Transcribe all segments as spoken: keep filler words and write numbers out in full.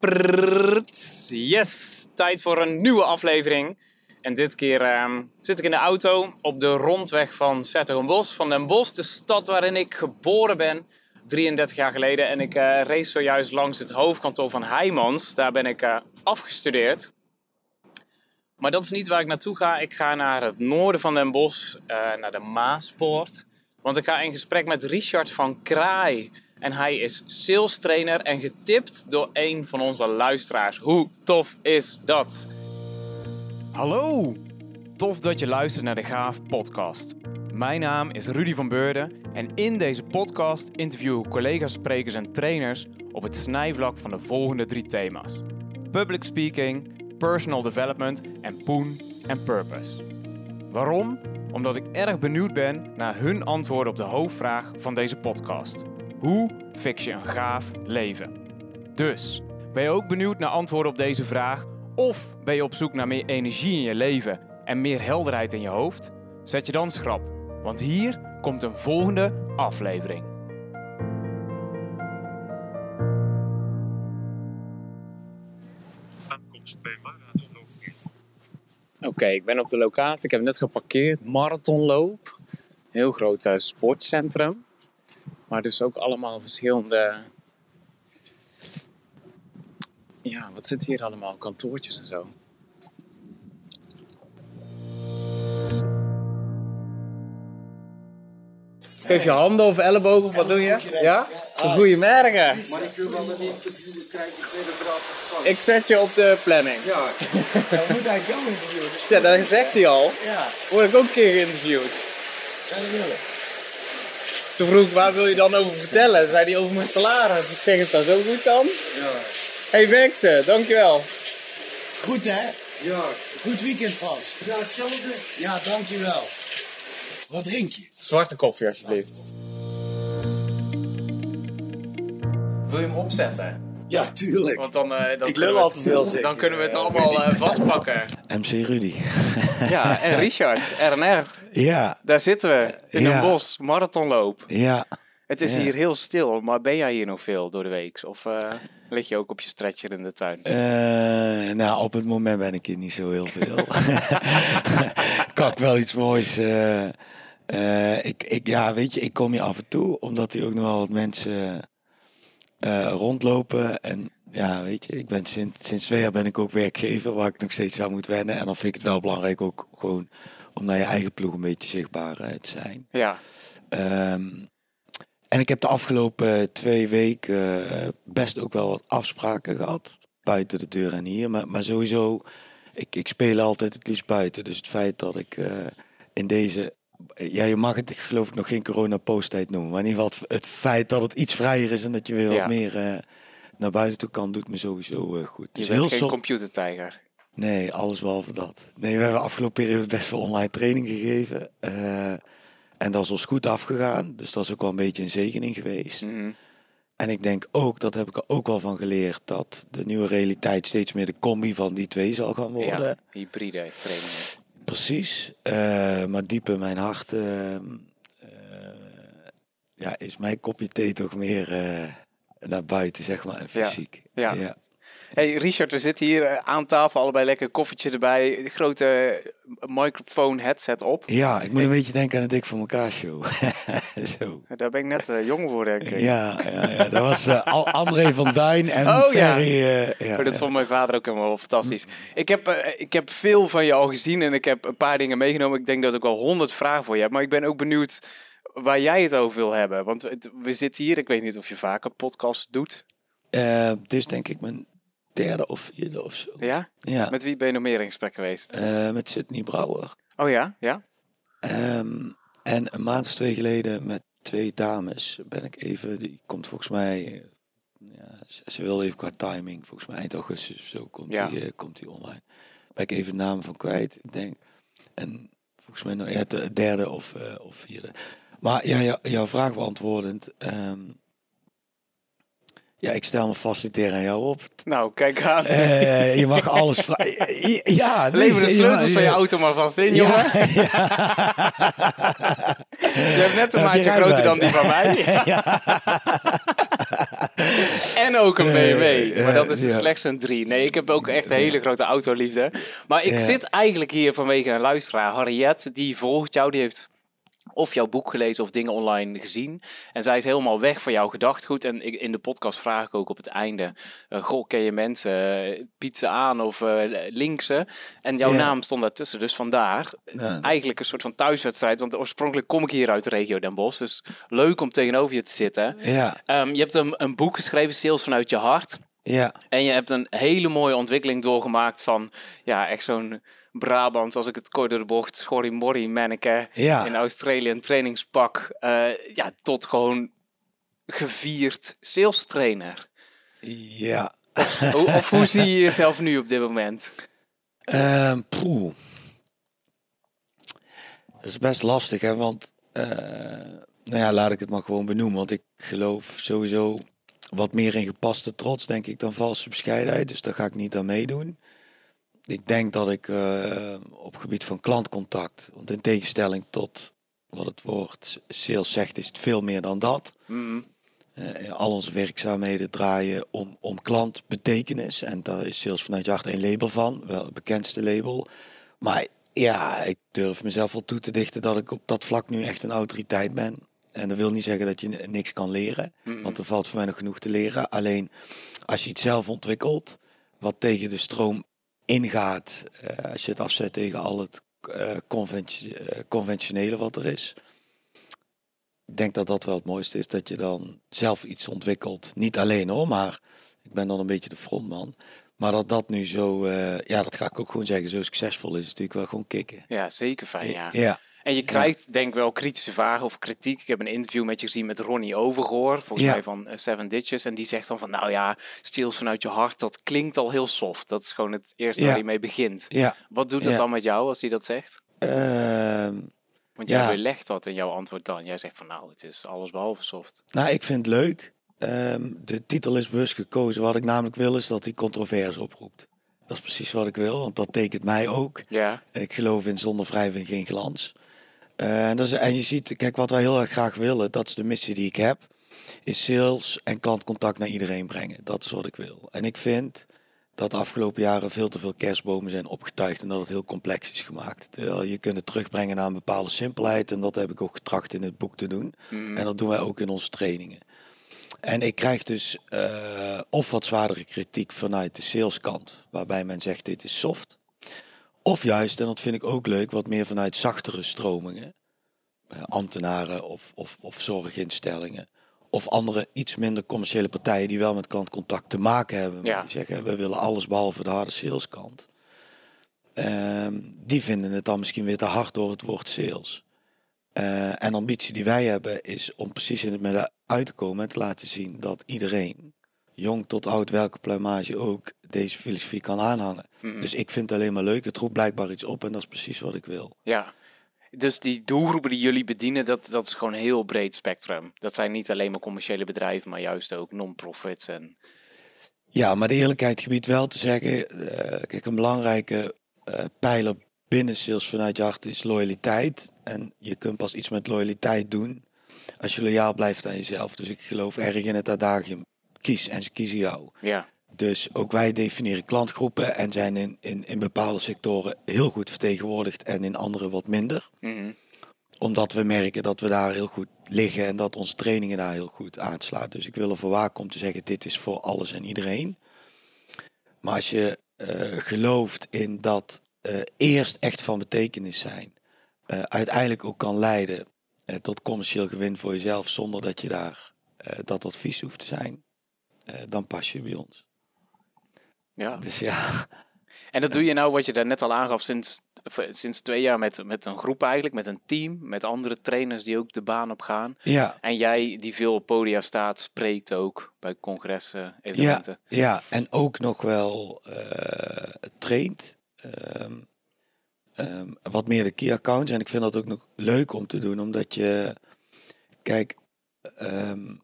Prrrt. Yes, tijd voor een nieuwe aflevering. En dit keer uh, zit ik in de auto op de rondweg van 's-Hertogenbosch. Van Den Bosch, de stad waarin ik geboren ben, drieëndertig jaar geleden. En ik uh, race zojuist langs het hoofdkantoor van Heijmans. Daar ben ik uh, afgestudeerd. Maar dat is niet waar ik naartoe ga. Ik ga naar het noorden van Den Bosch, uh, naar de Maaspoort. Want ik ga in gesprek met Richard van Kraai. En hij is sales trainer en getipt door een van onze luisteraars. Hoe tof is dat? Hallo! Tof dat je luistert naar de Gaaf podcast. Mijn naam is Rudy van Beurden en in deze podcast interview ik collega's, sprekers en trainers op het snijvlak van de volgende drie thema's. Public speaking, personal development en poen en purpose. Waarom? Omdat ik erg benieuwd ben naar hun antwoorden op de hoofdvraag van deze podcast. Hoe fix je een gaaf leven? Dus, ben je ook benieuwd naar antwoorden op deze vraag? Of ben je op zoek naar meer energie in je leven en meer helderheid in je hoofd? Zet je dan schrap, want hier komt een volgende aflevering. Aankomst bij Marathonloop. Oké, okay, ik ben op de locatie. Ik heb net geparkeerd. Marathonloop. Heel groot uh, sportcentrum. Maar dus ook allemaal verschillende... Ja, wat zit hier allemaal? Kantoortjes en zo. Geef je handen of ellebogen of wat doe je? Ja? Goedemorgen. Maar ik wil wel een interview krijgen verder vanaf. Ik zet je op de planning. Ja, dat moet eigenlijk jou interviewen. Dus Ja, dat zegt hij al. ja, Word ik ook een keer geïnterviewd. zou je willen? Toen vroeg ik, waar wil je dan over vertellen? Zei hij over mijn salaris. Ik zeg, is dat zo goed dan? Ja. Hey Bexe, dankjewel. Goed hè? Ja. Goed weekend vast. Ja, hetzelfde. Ja, dankjewel. Wat drink je? Zwarte koffie alsjeblieft. Wil je hem opzetten? Ja, tuurlijk. Want dan, uh, dan Ik kunnen lul we al het- te veel zeker. Dan kunnen we het allemaal uh, vastpakken. M C Rudy. Ja, en Richard, R en R. Ja, Daar zitten we, in Ja. een bos, marathonloop. ja. Het is Ja. hier heel stil, maar ben jij hier nog veel door de week? Of uh, lig je ook op je stretcher in de tuin? Uh, nou, op het moment ben ik hier niet zo heel veel. Ik had wel iets moois. Uh, uh, ik, ik, ja, weet je, ik kom hier af en toe, omdat hier ook nog wel wat mensen uh, rondlopen. En ja, weet je, ik ben sinds, sinds twee jaar ben ik ook werkgever, waar ik nog steeds aan moet wennen. En dan vind ik het wel belangrijk ook gewoon om naar je eigen ploeg een beetje zichtbaar uh, te zijn. Ja, Um, en ik heb de afgelopen twee weken uh, best ook wel wat afspraken gehad. Buiten de deur en hier. Maar, maar sowieso, ik, ik speel altijd het liefst buiten. Dus het feit dat ik uh, in deze... Ja, je mag het ik geloof ik nog geen corona-posttijd noemen. Maar in ieder geval het, het feit dat het iets vrijer is en dat je weer Ja. wat meer uh, naar buiten toe kan, doet me sowieso uh, goed. je Dus bent heel geen som- computertijger. Nee, alles behalve dat. Nee, we hebben de afgelopen periode best veel online training gegeven. Uh, en dat is ons goed afgegaan. Dus dat is ook wel een beetje een zegening geweest. Mhm. En ik denk ook, dat heb ik er ook wel van geleerd, dat de nieuwe realiteit steeds meer de combi van die twee zal gaan worden. Ja, hybride trainingen. Precies. Uh, maar diep in mijn hart uh, uh, ja, is mijn kopje thee toch meer uh, naar buiten, zeg maar, en fysiek. Ja. ja. Hey Richard, we zitten hier uh, aan tafel, allebei lekker koffietje erbij, grote microfoon headset op. Ja, ik moet een beetje denken aan de Dik voor elkaar show. Zo. Daar ben ik net uh, jong voor, denk ik. Ja, ja, ja, dat was uh, André van Duin en Oh, ja. Ferry. Uh, ja, Maar dat ja. vond mijn vader ook helemaal fantastisch. Ik heb, uh, ik heb veel van je al gezien en ik heb een paar dingen meegenomen. Ik denk dat ik wel honderd vragen voor je heb. Maar ik ben ook benieuwd waar jij het over wil hebben. Want het, we zitten hier, ik weet niet of je vaker podcast doet. Uh, dit is denk ik mijn derde of vierde of zo. Ja? Ja. Met wie ben je nog meer in gesprek geweest? Uh, met Sydney Brouwer. Oh ja? Ja? Um, en een maand of twee geleden met twee dames ben ik even, die komt volgens mij, ja, ze, ze wil even qua timing, volgens mij eind augustus of zo komt, Ja. die, uh, komt die online. Ben ik even de naam van kwijt, ik denk. En volgens mij nog ja, de derde of, uh, of vierde. Maar ja, jou, jouw vraag beantwoordend. Um, Ja, ik stel me faciliteren aan jou op. Nou, kijk aan. Uh, je mag alles vragen. Ja, nee, Lever de sleutels ja, van je ja. auto maar vast in, jongen. Ja, ja. Je hebt net een Heb je maatje groter dan rijbewijs? die van mij. Ja. En ook een B M W. Uh, maar dat is uh, ja. slechts een drie. Nee, ik heb ook echt een hele grote autoliefde. Maar ik ja. zit eigenlijk hier vanwege een luisteraar. Harriet, die volgt jou. Die heeft of jouw boek gelezen of dingen online gezien. En zij is helemaal weg van jouw gedachtegoed. En in de podcast vraag ik ook op het einde. Uh, goh, ken je mensen? Uh, pizza aan of uh, linkse? En jouw ja. naam stond daartussen. Dus vandaar ja. eigenlijk een soort van thuiswedstrijd. Want oorspronkelijk kom ik hier uit de regio Den Bosch. Dus leuk om tegenover je te zitten. Ja. Um, je hebt een, een boek geschreven, Sales vanuit je hart. Ja. En je hebt een hele mooie ontwikkeling doorgemaakt van ja, echt zo'n Brabant, als ik het kort door de bocht, schorrimorrie manneke ja. in Australië, een trainingspak, uh, ja, tot gewoon gevierd sales trainer. Ja. Of, of hoe zie je jezelf nu op dit moment? Uh, poeh. Dat is best lastig, hè, want uh, nou ja, laat ik het maar gewoon benoemen, want ik geloof sowieso wat meer in gepaste trots, denk ik, dan valse bescheidenheid, dus daar ga ik niet aan meedoen. Ik denk dat ik uh, op gebied van klantcontact, want in tegenstelling tot wat het woord sales zegt, is het veel meer dan dat. Mm. Uh, al onze werkzaamheden draaien om, om klantbetekenis. En daar is Sales vanuit je hart een label van, wel het bekendste label. Maar ja, ik durf mezelf wel toe te dichten dat ik op dat vlak nu echt een autoriteit ben. En dat wil niet zeggen dat je niks kan leren, mm. want er valt voor mij nog genoeg te leren. Alleen als je iets zelf ontwikkelt, wat tegen de stroom ingaat, uh, als je het afzet tegen al het uh, conventie- uh, conventionele wat er is. Ik denk dat dat wel het mooiste is, dat je dan zelf iets ontwikkelt. Niet alleen hoor, maar ik ben dan een beetje de frontman. Maar dat dat nu zo, uh, ja, dat ga ik ook gewoon zeggen, zo succesvol is, is natuurlijk wel gewoon kicken. Ja, zeker fijn, ja. ja. En je krijgt ja. denk ik wel kritische vragen of kritiek. Ik heb een interview met je gezien met Ronnie Overgoor, volgens ja. mij van uh, Seven Ditches. En die zegt dan van, nou ja, Sales vanuit je hart, dat klinkt al heel soft. Dat is gewoon het eerste ja. waar hij mee begint. Ja. Wat doet het ja. dan met jou als hij dat zegt? Uh, Want jij ja. belegt wat in jouw antwoord dan. Jij zegt van, nou, het is alles behalve soft. Nou, ik vind het leuk. Um, de titel is bewust gekozen. Wat ik namelijk wil, is dat hij controverse oproept. Dat is precies wat ik wil, want dat tekent mij ook. Ja. Ik geloof in zonder wrijving geen glans. Uh, en, dat is, en je ziet, kijk, wat wij heel erg graag willen, dat is de missie die ik heb, is sales en klantcontact naar iedereen brengen. Dat is wat ik wil. En ik vind dat de afgelopen jaren veel te veel kerstbomen zijn opgetuigd en dat het heel complex is gemaakt. Terwijl je kunt het terugbrengen naar een bepaalde simpelheid en dat heb ik ook getracht in het boek te doen. Mm. En dat doen wij ook in onze trainingen. En ik krijg dus uh, of wat zwaardere kritiek vanuit de saleskant, waarbij men zegt dit is soft. Of juist, en dat vind ik ook leuk, wat meer vanuit zachtere stromingen. Uh, ambtenaren of, of, of zorginstellingen. Of andere iets minder commerciële partijen die wel met klantcontact te maken hebben. Ja. Die zeggen, we willen alles behalve de harde saleskant. Uh, die vinden het dan misschien weer te hard door het woord sales. Uh, en ambitie die wij hebben is om precies in het midden uit te komen en te laten zien dat iedereen, jong tot oud, welke pluimage ook, deze filosofie kan aanhangen. Mm-hmm. Dus ik vind het alleen maar leuk. Het roept blijkbaar iets op en dat is precies wat ik wil. Ja, dus die doelgroepen die jullie bedienen, dat, dat is gewoon een heel breed spectrum. Dat zijn niet alleen maar commerciële bedrijven, maar juist ook non-profits. En... Ja, maar de eerlijkheid gebied wel te zeggen, uh, kijk, een belangrijke uh, pijler binnen sales vanuit je hart is loyaliteit. En je kunt pas iets met loyaliteit doen als je loyaal blijft aan jezelf. Dus ik geloof erg in het adagium. Kies en ze kiezen jou. Ja. Dus ook wij definiëren klantgroepen en zijn in, in, in bepaalde sectoren heel goed vertegenwoordigd en in andere wat minder. Mm-hmm. Omdat we merken dat we daar heel goed liggen en dat onze trainingen daar heel goed aanslaan. Dus ik wil ervoor waken om te zeggen, dit is voor alles en iedereen. Maar als je uh, gelooft in dat uh, eerst echt van betekenis zijn, uh, uiteindelijk ook kan leiden uh, tot commercieel gewin voor jezelf, zonder dat je daar uh, dat advies hoeft te zijn, uh, dan pas je bij ons. Ja. Dus ja. En dat doe je nou, wat je daar net al aangaf, sinds, sinds twee jaar met, met een groep eigenlijk, met een team, met andere trainers die ook de baan op gaan. Ja. En jij die veel op podia staat, spreekt ook bij congressen, evenementen. Ja, ja. En ook nog wel uh, traint. Um, um, wat meer de key accounts. En ik vind dat ook nog leuk om te doen, omdat je, kijk, um,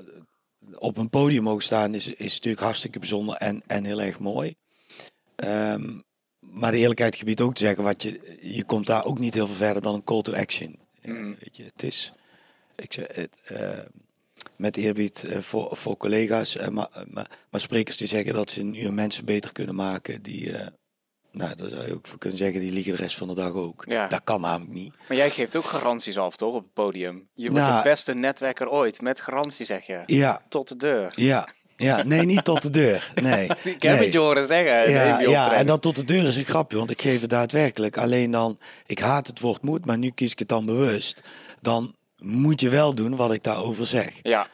op een podium mogen staan is, is natuurlijk hartstikke bijzonder en, en heel erg mooi. Um, maar de eerlijkheid gebiedt ook te zeggen, wat je, je komt daar ook niet heel veel verder dan een call to action. Mm. Weet je, het is, ik zeg, het, uh, met eerbied uh, voor, voor collega's. Uh, maar, maar, maar sprekers die zeggen dat ze een uur mensen beter kunnen maken. Die, uh, nou, daar zou je ook voor kunnen zeggen, die liegen de rest van de dag ook. Ja. Dat kan namelijk niet. Maar jij geeft ook garanties af, toch, op het podium? Je wordt nou, de beste netwerker ooit, met garantie zeg je. Ja. Tot de deur. Ja. Ja, nee, niet tot de deur. Nee. Ik heb nee. het je horen zeggen. Ja, ja, en dat tot de deur is een grapje, want ik geef het daadwerkelijk. Alleen dan, ik haat het woord moet, maar nu kies ik het dan bewust. Dan moet je wel doen wat ik daarover zeg. Ja.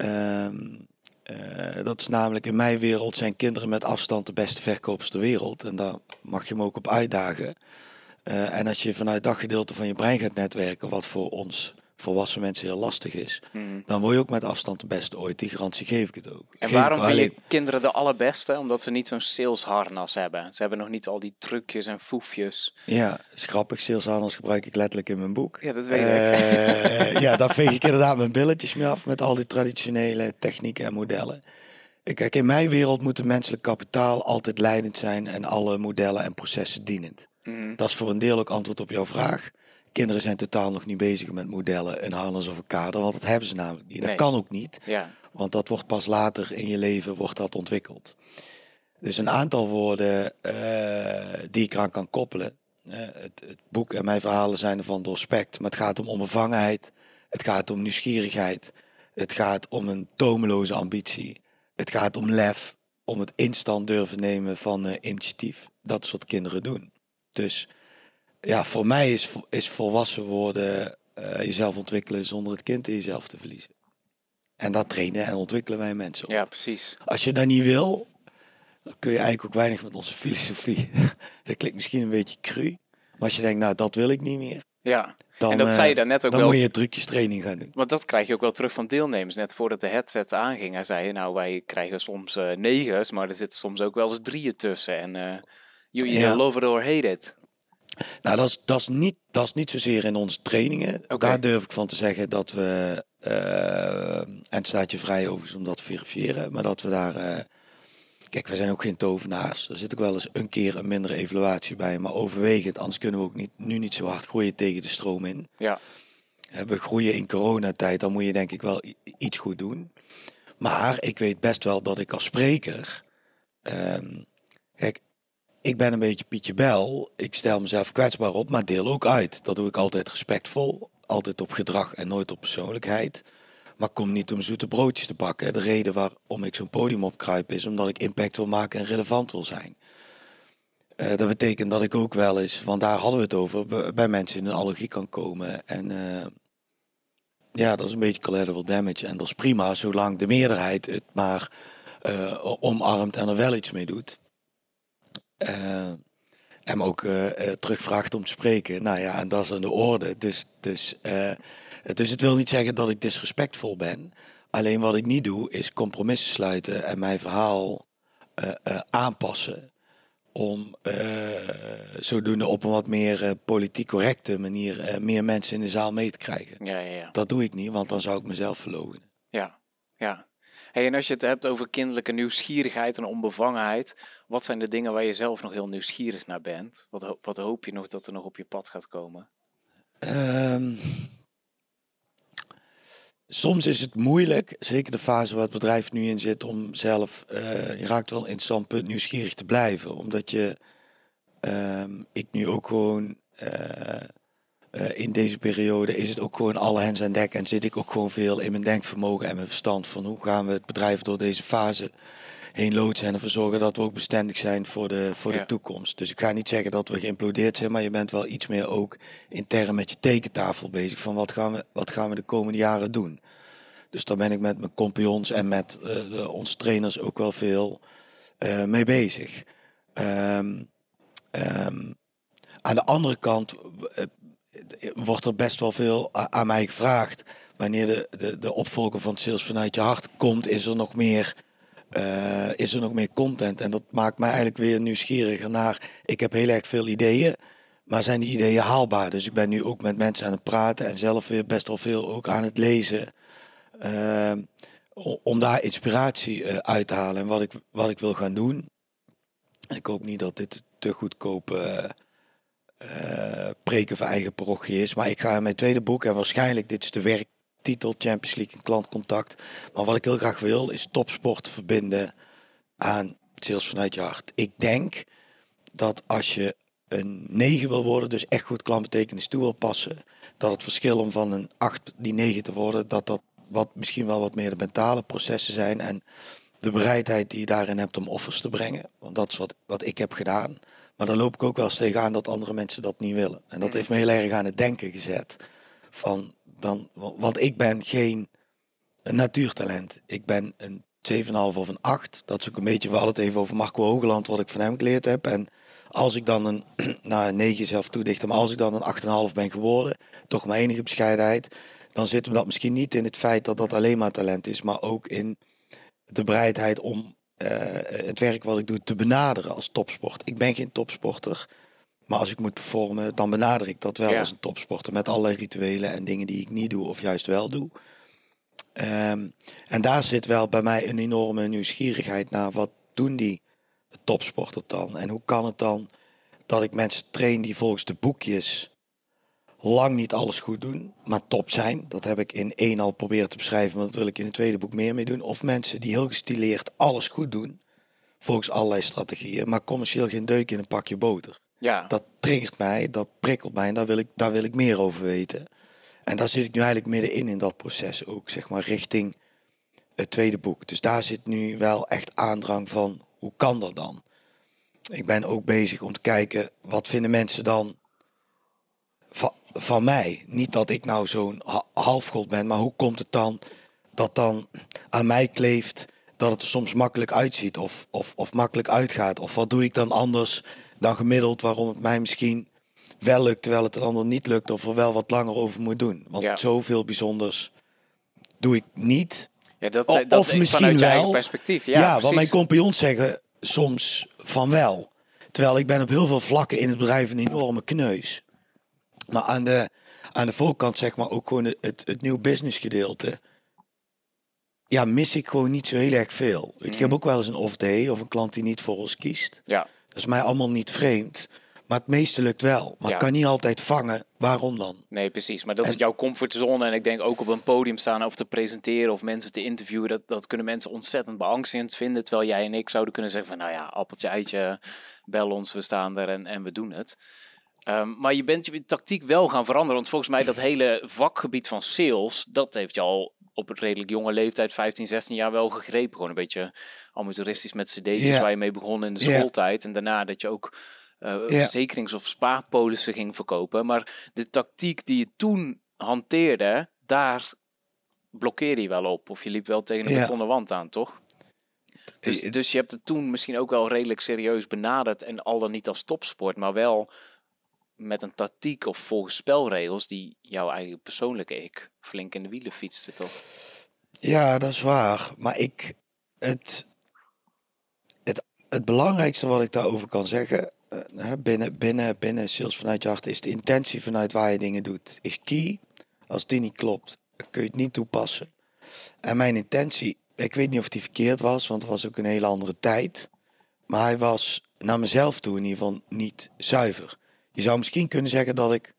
Um, uh, dat is namelijk, in mijn wereld zijn kinderen met afstand de beste verkopers ter wereld. En daar mag je hem ook op uitdagen. Uh, en als je vanuit dat gedeelte van je brein gaat netwerken, wat voor ons volwassen mensen heel lastig is, mm. dan word je ook met afstand de beste ooit. Die garantie geef ik het ook. En geef waarom vind alleen... je kinderen de allerbeste? Omdat ze niet zo'n salesharnas hebben. Ze hebben nog niet al die trucjes en foefjes. Ja, is grappig. Salesharnas gebruik ik letterlijk in mijn boek. Ja, dat weet uh, ik. Ja, daar veeg ik inderdaad mijn billetjes mee af met al die traditionele technieken en modellen. Kijk, in mijn wereld moet het menselijk kapitaal altijd leidend zijn en alle modellen en processen dienend. Mm. Dat is voor een deel ook antwoord op jouw vraag. Kinderen zijn totaal nog niet bezig met modellen, een harnas of een kader, want dat hebben ze namelijk niet. Dat nee. kan ook niet, ja. want dat wordt pas later in je leven wordt dat ontwikkeld. Dus een aantal woorden uh, die ik eraan kan koppelen. Uh, het, het boek en mijn verhalen zijn ervan doorspekt, maar het gaat om onbevangenheid, het gaat om nieuwsgierigheid, het gaat om een tomeloze ambitie, het gaat om lef, om het instant durven nemen van uh, initiatief. Dat is wat kinderen doen. Dus ja, voor mij is, is volwassen worden uh, jezelf ontwikkelen zonder het kind in jezelf te verliezen. En dat trainen en ontwikkelen wij mensen op. Ja, precies. Als je dat niet wil, dan kun je eigenlijk ook weinig met onze filosofie. Dat klinkt misschien een beetje cru. Maar als je denkt, nou, dat wil ik niet meer. Ja, dan, en dat zei je daarnet ook dan wel. Dan moet je trucjestraining gaan doen. Want dat krijg je ook wel terug van deelnemers. Net voordat de headsets aangingen, zei je, nou, wij krijgen soms uh, negens, maar er zitten soms ook wel eens drieën tussen. En uh, you either ja. love it or hate it. Nou, dat is, dat, is niet, dat is niet zozeer in onze trainingen. Okay. Daar durf ik van te zeggen dat we, uh, en het staat je vrij overigens om dat te verifiëren, maar dat we daar, uh, kijk, we zijn ook geen tovenaars. Er zit ook wel eens een keer een mindere evaluatie bij, maar overwegend, anders kunnen we ook niet, nu niet zo hard groeien tegen de stroom in. Ja. We groeien in coronatijd, dan moet je denk ik wel iets goed doen. Maar ik weet best wel dat ik als spreker, um, kijk, ik ben een beetje Pietje Bel. Ik stel mezelf kwetsbaar op, maar deel ook uit. Dat doe ik altijd respectvol. Altijd op gedrag en nooit op persoonlijkheid. Maar kom niet om zoete broodjes te pakken. De reden waarom ik zo'n podium opkruip is omdat ik impact wil maken en relevant wil zijn. Uh, dat betekent dat ik ook wel eens, want daar hadden we het over, bij mensen in een allergie kan komen. En uh, ja, dat is een beetje collateral damage. En dat is prima, zolang de meerderheid het maar uh, omarmt en er wel iets mee doet. Uh, en me ook uh, uh, terugvraagt om te spreken. Nou ja, en dat is aan de orde. Dus, dus, uh, dus het wil niet zeggen dat ik disrespectvol ben. Alleen wat ik niet doe, is compromissen sluiten en mijn verhaal uh, uh, aanpassen. Om uh, zodoende op een wat meer uh, politiek correcte manier uh, meer mensen in de zaal mee te krijgen. Ja, ja, ja. Dat doe ik niet, want dan zou ik mezelf verloochenen. Ja, ja. Hey, en als je het hebt over kinderlijke nieuwsgierigheid en onbevangenheid, wat zijn de dingen waar je zelf nog heel nieuwsgierig naar bent? Wat, wat hoop je nog dat er nog op je pad gaat komen? Um, soms is het moeilijk, zeker de fase waar het bedrijf nu in zit, om zelf, uh, je raakt wel in het standpunt nieuwsgierig te blijven. Omdat je, um, ik nu ook gewoon, uh, uh, in deze periode is het ook gewoon alle hens aan dek en zit ik ook gewoon veel in mijn denkvermogen en mijn verstand van hoe gaan we het bedrijf door deze fase heen loodsen en ervoor zorgen dat we ook bestendig zijn voor de, voor ja. de toekomst. Dus ik ga niet zeggen dat we geïmplodeerd zijn, maar je bent wel iets meer ook intern met je tekentafel bezig van wat gaan we, wat gaan we de komende jaren doen. Dus daar ben ik met mijn compagnons en met uh, de, onze trainers ook wel veel uh, mee bezig. Um, um, aan de andere kant uh, wordt er best wel veel aan mij gevraagd. Wanneer de, de, de opvolger van Sales vanuit je hart komt, is er nog meer... Uh, is er nog meer content en dat maakt mij eigenlijk weer nieuwsgieriger naar. Ik heb heel erg veel ideeën, maar zijn die ideeën haalbaar? Dus ik ben nu ook met mensen aan het praten en zelf weer best wel veel ook aan het lezen. Uh, om daar inspiratie uh, uit te halen en wat ik, wat ik wil gaan doen. En ik hoop niet dat dit te goedkoop uh, uh, preken voor eigen parochie is. Maar ik ga in mijn tweede boek en waarschijnlijk dit is de werk titel, Champions League en klantcontact. Maar wat ik heel graag wil, is topsport verbinden aan sales vanuit je hart. Ik denk dat als je een negen wil worden, dus echt goed klantbetekenis toe wil passen, dat het verschil om van een acht die negen te worden, dat dat wat misschien wel wat meer de mentale processen zijn en de bereidheid die je daarin hebt om offers te brengen. Want dat is wat, wat ik heb gedaan. Maar dan loop ik ook wel eens tegenaan dat andere mensen dat niet willen. En dat heeft me heel erg aan het denken gezet. Van dan, want ik ben geen een natuurtalent. Ik ben een zeven komma vijf of een acht. Dat is ook een beetje, we hadden het even over Marco Hogeland, wat ik van hem geleerd heb. En als ik dan een, nou een negen zelf toedicht, maar als ik dan een acht komma vijf ben geworden, toch mijn enige bescheidenheid, dan zit hem dat misschien niet in het feit dat dat alleen maar talent is, maar ook in de bereidheid om uh, het werk wat ik doe te benaderen als topsport. Ik ben geen topsporter, maar als ik moet performen, dan benader ik dat wel ja. als een topsporter. Met allerlei rituelen en dingen die ik niet doe of juist wel doe. Um, en daar zit wel bij mij een enorme nieuwsgierigheid naar wat doen die topsporter dan? En hoe kan het dan dat ik mensen train die volgens de boekjes lang niet alles goed doen, maar top zijn. Dat heb ik in één al proberen te beschrijven, maar dat wil ik in het tweede boek meer mee doen. Of mensen die heel gestileerd alles goed doen, volgens allerlei strategieën, maar commercieel geen deuk in een pakje boter. Ja. Dat triggert mij, dat prikkelt mij en daar wil ik, daar wil ik meer over weten. En daar zit ik nu eigenlijk middenin in dat proces ook, zeg maar, richting het tweede boek. Dus daar zit nu wel echt aandrang van, hoe kan dat dan? Ik ben ook bezig om te kijken, wat vinden mensen dan van, van mij? Niet dat ik nou zo'n halfgod ben, maar hoe komt het dan dat dan aan mij kleeft dat het er soms makkelijk uitziet of, of, of makkelijk uitgaat? Of wat doe ik dan anders dan gemiddeld, waarom het mij misschien wel lukt, terwijl het een ander niet lukt, of er wel wat langer over moet doen? Want ja. zoveel bijzonders doe ik niet. Ja, dat, of, dat of misschien vanuit je wel. eigen perspectief. Ja, ja want mijn compagnons zeggen soms van wel. Terwijl ik ben op heel veel vlakken in het bedrijf een enorme kneus. Maar aan de, aan de voorkant, zeg maar, ook gewoon het, het nieuw business gedeelte. Ja, mis ik gewoon niet zo heel erg veel. Mm. Ik heb ook wel eens een off-day of een klant die niet voor ons kiest. Ja. Dat is mij allemaal niet vreemd. Maar het meeste lukt wel. Maar ja. ik kan niet altijd vangen. Waarom dan? Nee, precies. Maar dat en... is jouw comfortzone. En ik denk ook op een podium staan of te presenteren of mensen te interviewen. Dat, dat kunnen mensen ontzettend beangstigend vinden. Terwijl jij en ik zouden kunnen zeggen van, nou ja, appeltje, eitje, bel ons, we staan er en, en we doen het. Um, maar je bent je tactiek wel gaan veranderen. Want volgens mij dat hele vakgebied van sales, dat heeft je al op een redelijk jonge leeftijd, vijftien, zestien jaar wel gegrepen. Gewoon een beetje amateuristisch met cd'tjes yeah. waar je mee begon in de schooltijd. Yeah. En daarna dat je ook uh, yeah. verzekerings- of spaarpolissen ging verkopen. Maar de tactiek die je toen hanteerde, daar blokkeerde je wel op. Of je liep wel tegen een yeah. betonnen wand aan, toch? Dus, dus je hebt het toen misschien ook wel redelijk serieus benaderd. En al dan niet als topsport, maar wel met een tactiek of volgens spelregels die jouw eigen persoonlijke ik flink in de wielen fietste, toch? Ja, dat is waar. Maar ik, het, het, het belangrijkste wat ik daarover kan zeggen, uh, binnen, binnen, binnen sales vanuit je hart, is de intentie vanuit waar je dingen doet, is key. Als die niet klopt, dan kun je het niet toepassen. En mijn intentie, ik weet niet of die verkeerd was, want het was ook een hele andere tijd. Maar hij was naar mezelf toe in ieder geval niet zuiver. Je zou misschien kunnen zeggen dat ik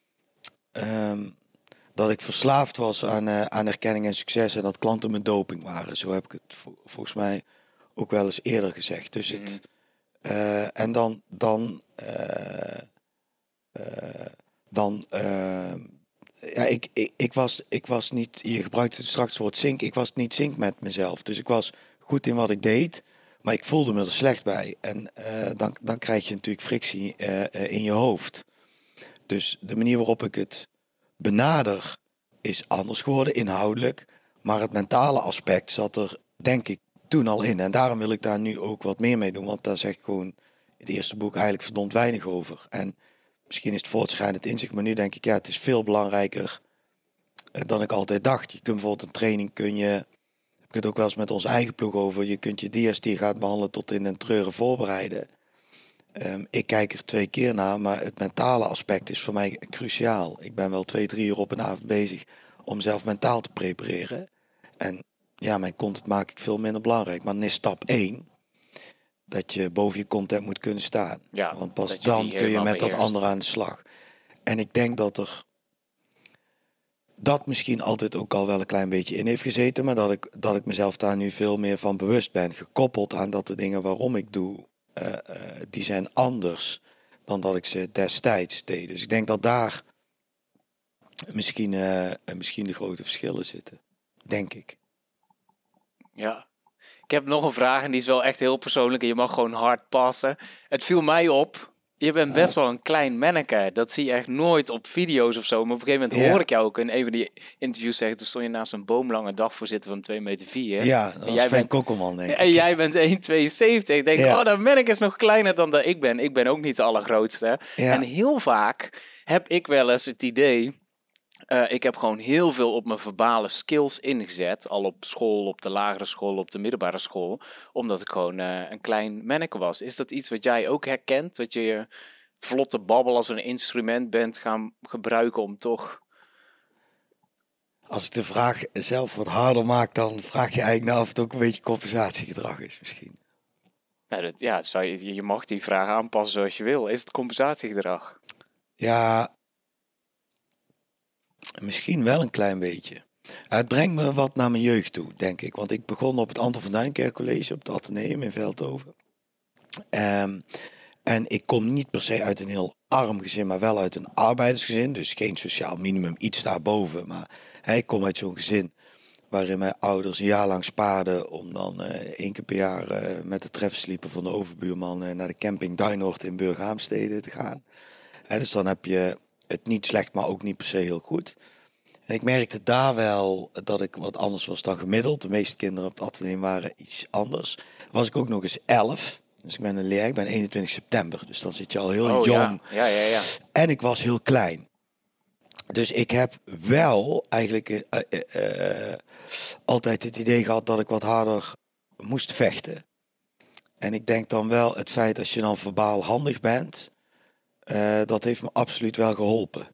um, dat ik verslaafd was aan, uh, aan erkenning en succes en dat klanten mijn doping waren. Zo heb ik het vo- volgens mij ook wel eens eerder gezegd. Dus mm. het uh, en dan dan uh, uh, dan uh, ja, ik, ik, ik was ik was niet. Je gebruikte het straks het woord zink. Ik was niet zink met mezelf. Dus ik was goed in wat ik deed. Maar ik voelde me er slecht bij. En uh, dan, dan krijg je natuurlijk frictie uh, uh, in je hoofd. Dus de manier waarop ik het benader is anders geworden, inhoudelijk. Maar het mentale aspect zat er, denk ik, toen al in. En daarom wil ik daar nu ook wat meer mee doen. Want daar zeg ik gewoon in het eerste boek eigenlijk verdomd weinig over. En misschien is het voortschrijdend inzicht. Maar nu denk ik, ja, het is veel belangrijker uh, dan ik altijd dacht. Je kunt bijvoorbeeld een training, kun je... Ik heb het ook wel eens met onze eigen ploeg over. Je kunt je dia's die je gaat behandelen tot in een treuren voorbereiden. Um, ik kijk er twee keer naar, maar het mentale aspect is voor mij cruciaal. Ik ben wel twee, drie uur op een avond bezig om zelf mentaal te prepareren. En ja, mijn content maak ik veel minder belangrijk. Maar dan is stap één dat je boven je content moet kunnen staan. Ja, want pas dan kun je met beheerst. Dat andere aan de slag. En ik denk dat er... dat misschien altijd ook al wel een klein beetje in heeft gezeten. Maar dat ik, dat ik mezelf daar nu veel meer van bewust ben. Gekoppeld aan dat de dingen waarom ik doe, uh, uh, die zijn anders dan dat ik ze destijds deed. Dus ik denk dat daar misschien, uh, misschien de grote verschillen zitten. Denk ik. Ja. Ik heb nog een vraag en die is wel echt heel persoonlijk en je mag gewoon hard passen. Het viel mij op, je bent best wel een klein manneke. Dat zie je echt nooit op video's of zo. Maar op een gegeven moment Ja. hoor ik jou ook in een van die interviews zeggen, toen stond je naast een boomlange dagvoorzitter van twee meter vier. Ja, dat en was jij Frank bent Kokkelman, denk ik. En jij bent één komma tweeënzeventig. Ik denk, Ja. oh, dat manneke is nog kleiner dan dat ik ben. Ik ben ook niet de allergrootste. Ja. En heel vaak heb ik wel eens het idee, Uh, ik heb gewoon heel veel op mijn verbale skills ingezet. Al op school, op de lagere school, op de middelbare school. Omdat ik gewoon uh, een klein manneke was. Is dat iets wat jij ook herkent? Dat je je vlotte babbel als een instrument bent gaan gebruiken om toch... Als ik de vraag zelf wat harder maak, dan vraag je eigenlijk nou of het ook een beetje compensatiegedrag is misschien. Nou, dat, ja, zou je, je mag die vraag aanpassen zoals je wil. Is het compensatiegedrag? Ja... Misschien wel een klein beetje. Het brengt me wat naar mijn jeugd toe, denk ik. Want ik begon op het Anton van Duinkerk College op het Atheneum in Veldhoven. Um, en ik kom niet per se uit een heel arm gezin, maar wel uit een arbeidersgezin. Dus geen sociaal minimum, iets daarboven. Maar hey, ik kom uit zo'n gezin waarin mijn ouders een jaar lang spaarden om dan uh, één keer per jaar uh, met de treffensliepen van de overbuurman uh, naar de camping Duinoord in Burghaamstede te gaan. Hey, dus dan heb je het niet slecht, maar ook niet per se heel goed. En ik merkte daar wel dat ik wat anders was dan gemiddeld. De meeste kinderen op het Atheneum waren iets anders. Was ik ook nog eens elf. Dus ik ben een leer, ik ben eenentwintig september. Dus dan zit je al heel oh, jong. Ja. Ja, ja, ja. En ik was heel klein. Dus ik heb wel eigenlijk uh, uh, uh, altijd het idee gehad dat ik wat harder moest vechten. En ik denk dan wel het feit als je dan verbaal handig bent... Uh, dat heeft me absoluut wel geholpen.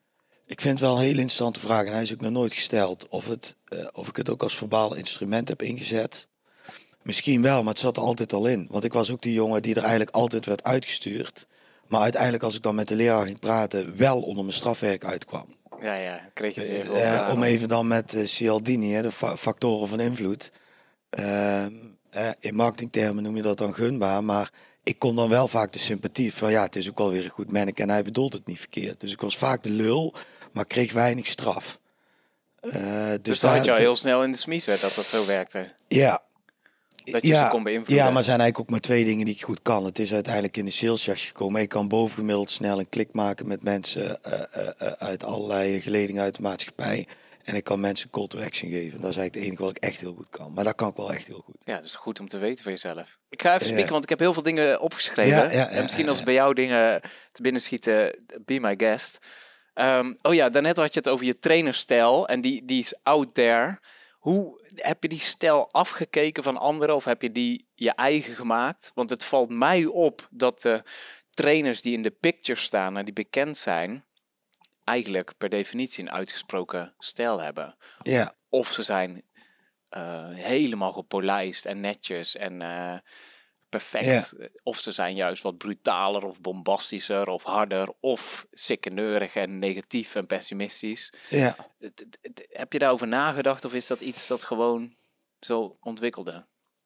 Ik vind het wel een heel interessante vraag en hij is ook nog nooit gesteld. Of, het, uh, of ik het ook als verbaal instrument heb ingezet. Misschien wel, maar het zat er altijd al in. Want ik was ook die jongen die er eigenlijk altijd werd uitgestuurd. Maar uiteindelijk als ik dan met de leraar ging praten, wel onder mijn strafwerk uitkwam. Ja, ja, kreeg je het weer. Uh, uh, om even dan met uh, Cialdini, hè, de fa- factoren van invloed. Uh, uh, in marketingtermen noem je dat dan gunbaar, maar... Ik kon dan wel vaak de sympathie van ja, het is ook wel weer een goed manneke en hij bedoelt het niet verkeerd. Dus ik was vaak de lul, maar kreeg weinig straf. Uh, dus dus dan had je al heel snel in de smies werd dat dat zo werkte. Ja. Dat je ja, ze kon beïnvloeden. Ja, maar zijn eigenlijk ook maar twee dingen die ik goed kan. Het is uiteindelijk in de salesjas gekomen. Ik kan bovengemiddeld snel een klik maken met mensen uh, uh, uh, uit allerlei geledingen uit de maatschappij. En ik kan mensen call to action geven. Dat is eigenlijk het enige wat ik echt heel goed kan. Maar dat kan ik wel echt heel goed. Ja, dat is goed om te weten van jezelf. Ik ga even spieken, ja. want ik heb heel veel dingen opgeschreven. Ja, ja, ja, en misschien ja, als ja. bij jou dingen te binnen schieten, be my guest. Um, oh ja, daarnet had je het over je trainerstijl. En die, die is out there. Hoe heb je die stijl afgekeken van anderen? Of heb je die je eigen gemaakt? Want het valt mij op dat de trainers die in de picture staan en die bekend zijn... eigenlijk per definitie een uitgesproken stijl hebben. Ja. Of ze zijn uh, helemaal gepolijst en netjes en uh, perfect. Ja. Of ze zijn juist wat brutaler of bombastischer of harder. Of sikkeneurig en negatief en pessimistisch. Ja. Heb je daarover nagedacht of is dat iets dat gewoon zo ontwikkelde?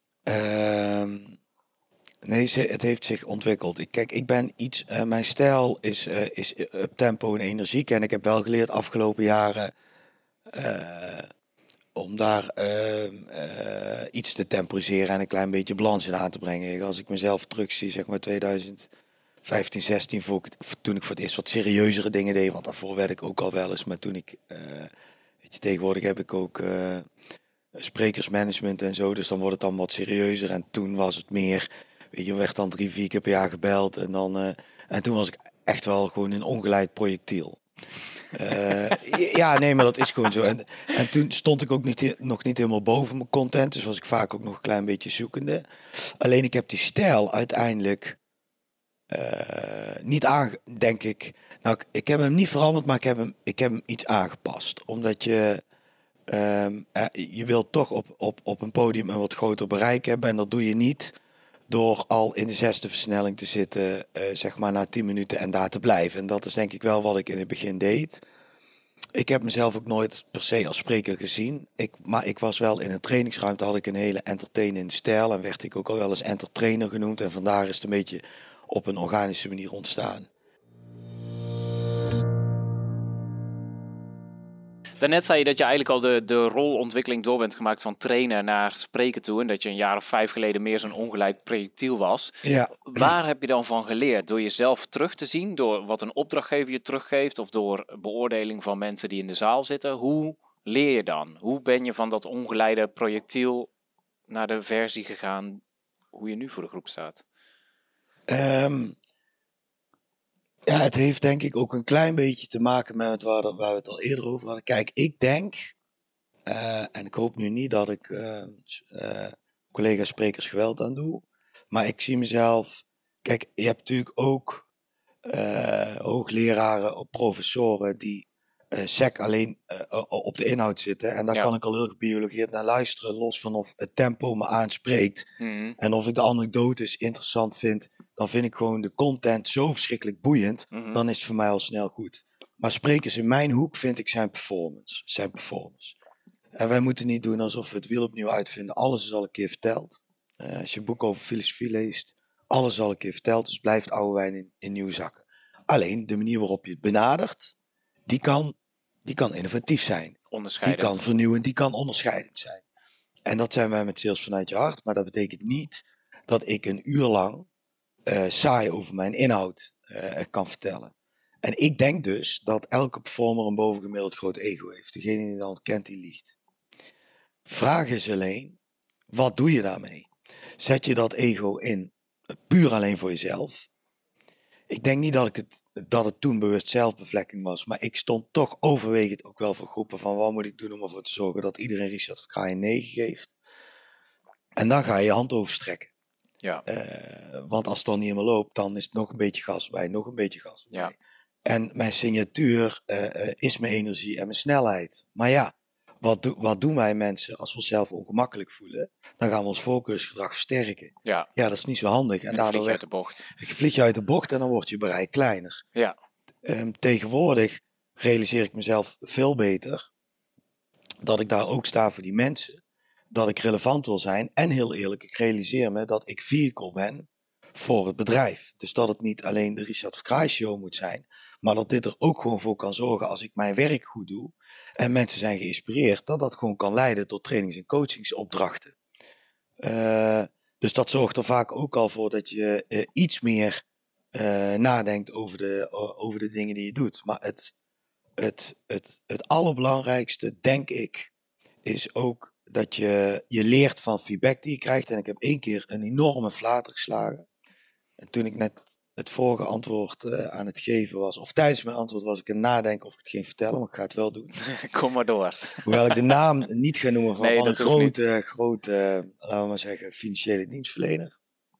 Uh, nee, het heeft zich ontwikkeld. Ik, kijk, ik ben iets... Uh, mijn stijl is, uh, is up tempo en energiek. En ik heb wel geleerd afgelopen jaren... Uh, om daar uh, uh, iets te temporiseren en een klein beetje balans in aan te brengen. Als ik mezelf terugzie, zeg maar twintig vijftien, zestien, voor ik, toen ik voor het eerst wat serieuzere dingen deed. Want daarvoor werd ik ook al wel eens. Maar toen ik... Uh, weet je, tegenwoordig heb ik ook... Uh, sprekersmanagement en zo. Dus dan wordt het dan wat serieuzer. En toen was het meer... Weet je, werd dan drie, vier keer per jaar gebeld. En, dan, uh, en toen was ik echt wel gewoon een ongeleid projectiel. Uh, ja, nee, maar dat is gewoon zo. En, en toen stond ik ook niet, nog niet helemaal boven mijn content. Dus was ik vaak ook nog een klein beetje zoekende. Alleen ik heb die stijl uiteindelijk uh, niet aange... Denk ik... Nou, ik, ik heb hem niet veranderd, maar ik heb hem, ik heb hem iets aangepast. Omdat je... Um, uh, je wilt toch op, op, op een podium een wat groter bereik hebben. En dat doe je niet door al in de zesde versnelling te zitten, uh, zeg maar na tien minuten en daar te blijven. En dat is denk ik wel wat ik in het begin deed. Ik heb mezelf ook nooit per se als spreker gezien. Ik, maar ik was wel in een trainingsruimte, had ik een hele entertainende stijl. En werd ik ook al wel eens entertainer genoemd. En vandaar is het een beetje op een organische manier ontstaan. Daarnet zei je dat je eigenlijk al de, de rolontwikkeling door bent gemaakt van trainer naar spreken toe. En dat je een jaar of vijf geleden meer zo'n ongeleid projectiel was. Ja. Waar heb je dan van geleerd? Door jezelf terug te zien? Door wat een opdrachtgever je teruggeeft? Of door beoordeling van mensen die in de zaal zitten? Hoe leer je dan? Hoe ben je van dat ongeleide projectiel naar de versie gegaan hoe je nu voor de groep staat? Um, ja, het heeft denk ik ook een klein beetje te maken met waar, waar we het al eerder over hadden. Kijk, ik denk, uh, en ik hoop nu niet dat ik uh, uh, collega-sprekers geweld aan doe, maar ik zie mezelf. Kijk, je hebt natuurlijk ook uh, hoogleraren of professoren die uh, sec alleen uh, op de inhoud zitten. En daar ja. kan ik al heel gebiologeerd naar luisteren, los van of het tempo me aanspreekt. Mm-hmm. En of ik de anekdotes interessant vind, dan vind ik gewoon de content zo verschrikkelijk boeiend. Mm-hmm. Dan is het voor mij al snel goed. Maar sprekers in mijn hoek vind ik zijn performance. Zijn performance. En wij moeten niet doen alsof we het wiel opnieuw uitvinden. Alles is al een keer verteld. Uh, als je een boek over filosofie leest, alles is al een keer verteld. Dus blijft oude wijn in, in nieuwe zakken. Alleen de manier waarop je het benadert, die kan, die kan innovatief zijn. Die kan vernieuwend, die kan onderscheidend zijn. En dat zijn wij met Sales vanuit je hart. Maar dat betekent niet dat ik een uur lang uh, saai over mijn inhoud uh, kan vertellen. En ik denk dus dat elke performer een bovengemiddeld groot ego heeft. Degene die dat ontkent, die liegt. Vraag is alleen, wat doe je daarmee? Zet je dat ego in puur alleen voor jezelf? Ik denk niet dat, ik het, dat het toen bewust zelfbevlekking was. Maar ik stond toch overwegend ook wel voor groepen van wat moet ik doen om ervoor te zorgen dat iedereen Richard Verkraaij een negen geeft. En dan ga je je hand overstrekken. Ja. Uh, want als het dan niet helemaal loopt, dan is het nog een beetje gas bij, nog een beetje gas bij. Ja. En mijn signatuur uh, uh, is mijn energie en mijn snelheid. Maar ja, wat, do- wat doen wij mensen als we onszelf ongemakkelijk voelen? Dan gaan we ons focusgedrag versterken. Ja, ja dat is niet zo handig. En, en dan vlieg je uit de bocht. Vlieg je uit de bocht en dan wordt je bereik kleiner. Ja. Um, tegenwoordig realiseer ik mezelf veel beter dat ik daar ook sta voor die mensen. Dat ik relevant wil zijn. En heel eerlijk, ik realiseer me dat ik vehicle ben voor het bedrijf. Dus dat het niet alleen de Richard Verkraaij show moet zijn. Maar dat dit er ook gewoon voor kan zorgen als ik mijn werk goed doe. En mensen zijn geïnspireerd. Dat dat gewoon kan leiden tot trainings- en coachingsopdrachten. Uh, dus dat zorgt er vaak ook al voor dat je uh, iets meer uh, nadenkt over de, uh, over de dingen die je doet. Maar het, het, het, het allerbelangrijkste, denk ik, is ook dat je, je leert van feedback die je krijgt. En ik heb één keer een enorme flater geslagen. En toen ik net het vorige antwoord uh, aan het geven was, of tijdens mijn antwoord was ik aan het nadenken of ik het ging vertellen, maar ik ga het wel doen. Kom maar door. Hoewel ik de naam niet ga noemen van, nee, van een grote, grote, uh, laten we maar zeggen, financiële dienstverlener.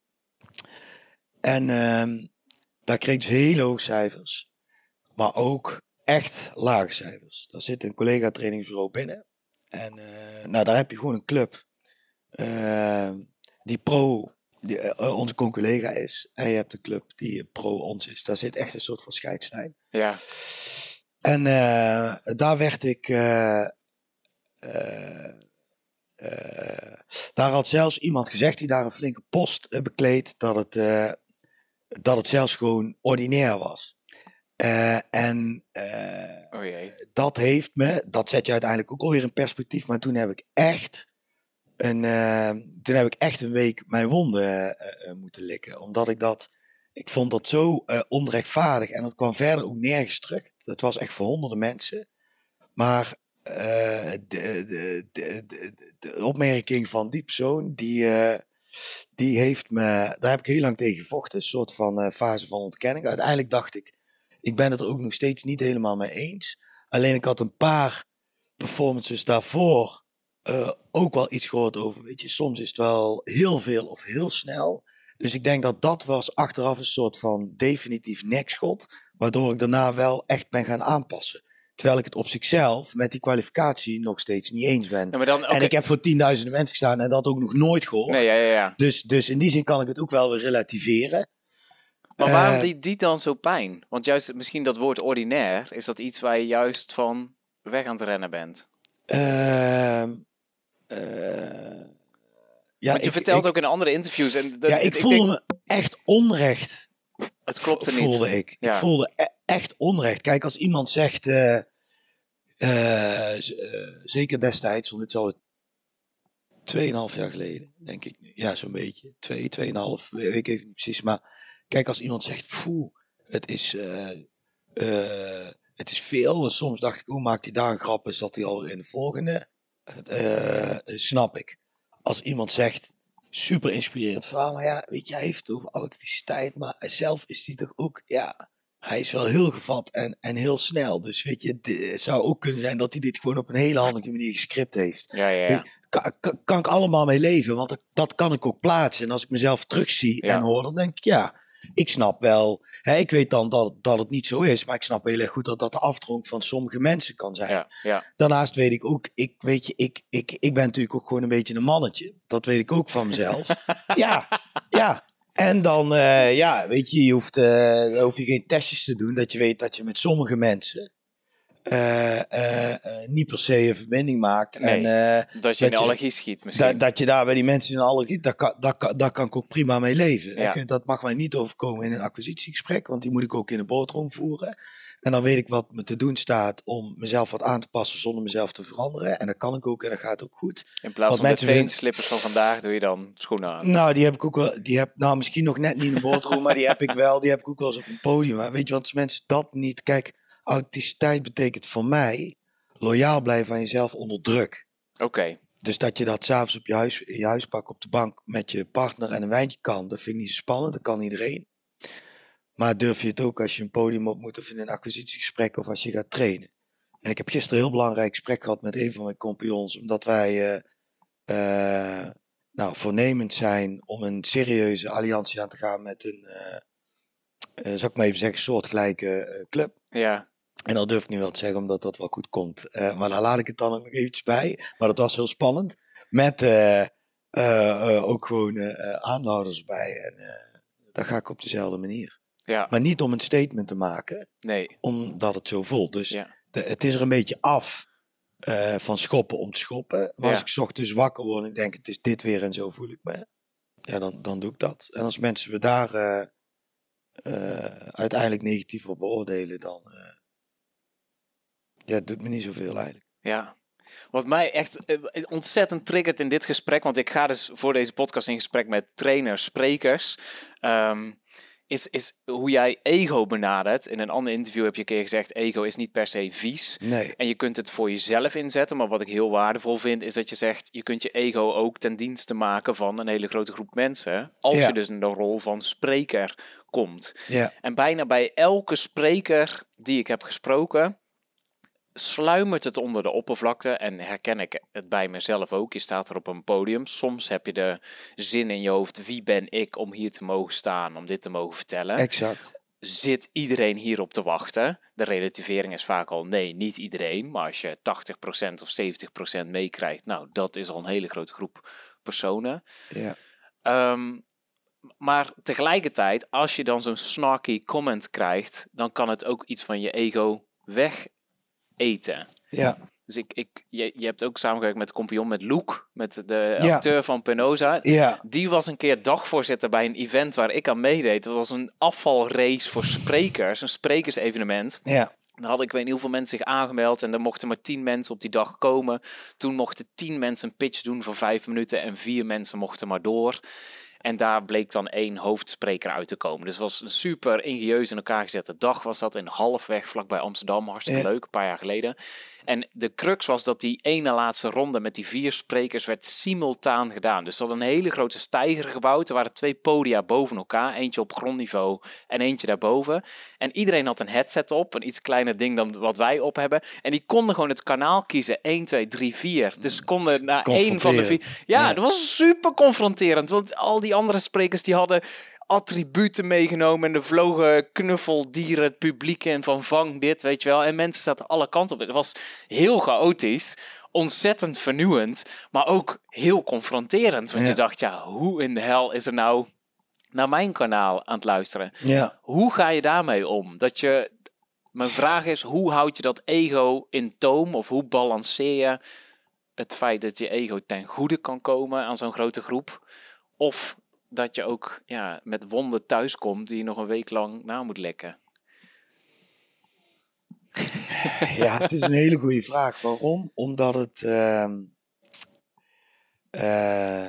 En uh, daar kreeg ik dus hele hoge cijfers, maar ook echt lage cijfers. Daar zit een collega trainingsbureau binnen. En uh, nou, daar heb je gewoon een club uh, die pro die, uh, onze conculega is. En je hebt een club die pro ons is. Daar zit echt een soort van scheidslijn. Ja. En uh, daar werd ik... Uh, uh, uh, daar had zelfs iemand gezegd die daar een flinke post uh, bekleedt. Dat het, uh, dat het zelfs gewoon ordinair was. Uh, en uh, oh jee. dat heeft me, dat zet je uiteindelijk ook alweer in perspectief. Maar toen heb ik echt een, uh, toen heb ik echt een week mijn wonden uh, uh, moeten likken. Omdat ik dat, ik vond dat zo uh, onrechtvaardig. En dat kwam verder ook nergens terug. Dat was echt voor honderden mensen. Maar uh, de, de, de, de, de opmerking van die persoon, die, uh, die heeft me, daar heb ik heel lang tegen gevochten. Een soort van uh, fase van ontkenning. Uiteindelijk dacht ik, ik ben het er ook nog steeds niet helemaal mee eens. Alleen ik had een paar performances daarvoor uh, ook wel iets gehoord over. Weet je, soms is het wel heel veel of heel snel. Dus ik denk dat dat was achteraf een soort van definitief nekschot. Waardoor ik daarna wel echt ben gaan aanpassen. Terwijl ik het op zichzelf met die kwalificatie nog steeds niet eens ben. Ja, maar dan, okay. En ik heb voor tienduizenden mensen gestaan en dat ook nog nooit gehoord. Nee, ja, ja, ja. Dus, dus in die zin kan ik het ook wel weer relativeren. Maar waarom uh, deed die dan zo pijn? Want juist misschien dat woord ordinair, is dat iets waar je juist van weg aan het rennen bent? Uh, uh, ja, Want je ik, vertelt ik, ook in andere interviews. En dat, ja, ik, ik voelde denk, me echt onrecht. Het klopt er niet. Voelde ik. Ja. Ik voelde e- echt onrecht. Kijk, als iemand zegt, uh, uh, z- uh, zeker destijds, want dit zal het tweeënhalf jaar geleden, denk ik. Ja, zo'n beetje. Twee, tweeënhalf, weet ik even niet precies. Maar kijk, als iemand zegt, poeh, het is, uh, uh, het is veel. En soms dacht ik, hoe maakt hij daar een grap? Is dat hij al in de volgende? Uh, snap ik. Als iemand zegt, super inspirerend verhaal, maar ja, weet je, hij heeft het over authenticiteit, maar zelf is hij toch ook, ja, hij is wel heel gevat en, en heel snel. Dus weet je, het zou ook kunnen zijn dat hij dit gewoon op een hele handige manier gescript heeft. Ja, ja, ja. Kan, kan, kan ik allemaal mee leven, want dat, dat kan ik ook plaatsen. En als ik mezelf terugzie Ja. en hoor, dan denk ik, ja, ik snap wel. Hè, ik weet dan dat, dat het niet zo is, maar ik snap heel erg goed dat dat de afdronk van sommige mensen kan zijn. Ja, ja. Daarnaast weet ik ook, ik, weet je, ik, ik, ik ben natuurlijk ook gewoon een beetje een mannetje. Dat weet ik ook van mezelf. ja, ja. En dan, uh, ja, weet je, je hoeft, uh, dan hoef je geen testjes te doen. Dat je weet dat je met sommige mensen uh, uh, uh, niet per se een verbinding maakt. Nee, en, uh, dat je in de allergie schiet misschien. Dat, dat je daar bij die mensen in de allergie, daar kan, daar, kan, daar kan ik ook prima mee leven. Ja. Ik, dat mag mij niet overkomen in een acquisitiegesprek, want die moet ik ook in de boterham voeren. En dan weet ik wat me te doen staat om mezelf wat aan te passen zonder mezelf te veranderen. En dat kan ik ook en dat gaat ook goed. In plaats Want van de teenslippers van vandaag doe je dan schoenen aan. Nou, die heb ik ook wel. Die heb, nou, misschien nog net niet in de boterham, maar die heb ik wel. Die heb ik ook wel eens op een podium. Maar weet je wat, als mensen dat niet... Kijk, authenticiteit betekent voor mij loyaal blijven aan jezelf onder druk. Oké. Okay. Dus dat je dat s'avonds op je, huis, in je huispak op de bank met je partner en een wijntje kan, dat vind ik niet zo spannend. Dat kan iedereen. Maar durf je het ook als je een podium op moet of in een acquisitiegesprek of als je gaat trainen. En ik heb gisteren een heel belangrijk gesprek gehad met een van mijn compagnons. Omdat wij uh, uh, nou, voornemend zijn om een serieuze alliantie aan te gaan met een, uh, uh, zal ik maar even zeggen, soortgelijke uh, club. Ja. En dat durf ik nu wel te zeggen, omdat dat wel goed komt. Uh, maar daar laat ik het dan ook nog eventjes bij. Maar dat was heel spannend. Met uh, uh, uh, ook gewoon uh, aanhouders bij. En uh, dat ga ik op dezelfde manier. Ja. Maar niet om een statement te maken. Nee. Omdat het zo voelt. Dus ja. de, het is er een beetje af uh, van schoppen om te schoppen. Maar ja. als ik 's ochtends wakker word en ik denk het is dit weer en zo voel ik me. Ja, dan, dan doe ik dat. En als mensen me daar uh, uh, uiteindelijk negatief op beoordelen, dan uh, ja, het doet me niet zoveel eigenlijk. Ja. Wat mij echt ontzettend triggert in dit gesprek, want ik ga dus voor deze podcast in gesprek met trainers, sprekers, um, is, is hoe jij ego benadert. In een ander interview heb je een keer gezegd, ego is niet per se vies. Nee. En je kunt het voor jezelf inzetten, maar wat ik heel waardevol vind, is dat je zegt, je kunt je ego ook ten dienste maken van een hele grote groep mensen, als ja. je dus in de rol van spreker komt. Ja. En bijna bij elke spreker die ik heb gesproken, sluimert het onder de oppervlakte en herken ik het bij mezelf ook. Je staat er op een podium. Soms heb je de zin in je hoofd. Wie ben ik om hier te mogen staan, om dit te mogen vertellen? Exact. Zit iedereen hierop te wachten? De relativering is vaak al nee, niet iedereen. Maar als je tachtig procent of zeventig procent meekrijgt, nou, dat is al een hele grote groep personen. Ja. Um, maar tegelijkertijd, als je dan zo'n snarky comment krijgt, dan kan het ook iets van je ego weg eten. Ja. Dus ik, ik, je, je hebt ook samengewerkt met compagnon, met Luke, met de ja. acteur van Penosa. Ja. Die was een keer dagvoorzitter bij een event waar ik aan meedeed. Dat was een afvalrace voor sprekers, een sprekersevenement. Ja. Dan hadden ik weet niet hoeveel mensen zich aangemeld en er mochten maar tien mensen op die dag komen. Toen mochten tien mensen een pitch doen voor vijf minuten en vier mensen mochten maar door. En daar bleek dan één hoofdspreker uit te komen. Dus het was een super ingenieus in elkaar gezette dag. Was dat in Halfweg, vlakbij Amsterdam. Hartstikke ja. leuk, een paar jaar geleden. En de crux was dat die ene laatste ronde met die vier sprekers werd simultaan gedaan. Dus ze hadden een hele grote steiger gebouwd. Er waren twee podia boven elkaar. Eentje op grondniveau en eentje daarboven. En iedereen had een headset op. Een iets kleiner ding dan wat wij op hebben. En die konden gewoon het kanaal kiezen. één, twee, drie, vier. Dus ze konden naar één van de vier. Ja, ja, dat was super confronterend. Want al die andere sprekers die hadden attributen meegenomen en er vlogen knuffeldieren het publiek in van vang dit, weet je wel. En mensen zaten alle kanten op. Het was heel chaotisch, ontzettend vernieuwend, maar ook heel confronterend. Want ja. je dacht, ja, hoe in de hel is er nou naar mijn kanaal aan het luisteren? Ja. Hoe ga je daarmee om? Dat je mijn vraag is, hoe houd je dat ego in toom? Of hoe balanceer je het feit dat je ego ten goede kan komen aan zo'n grote groep? Of dat je ook ja, met wonden thuiskomt die je nog een week lang na moet lekken? Ja, het is een hele goede vraag. Waarom? Omdat het... Uh, uh,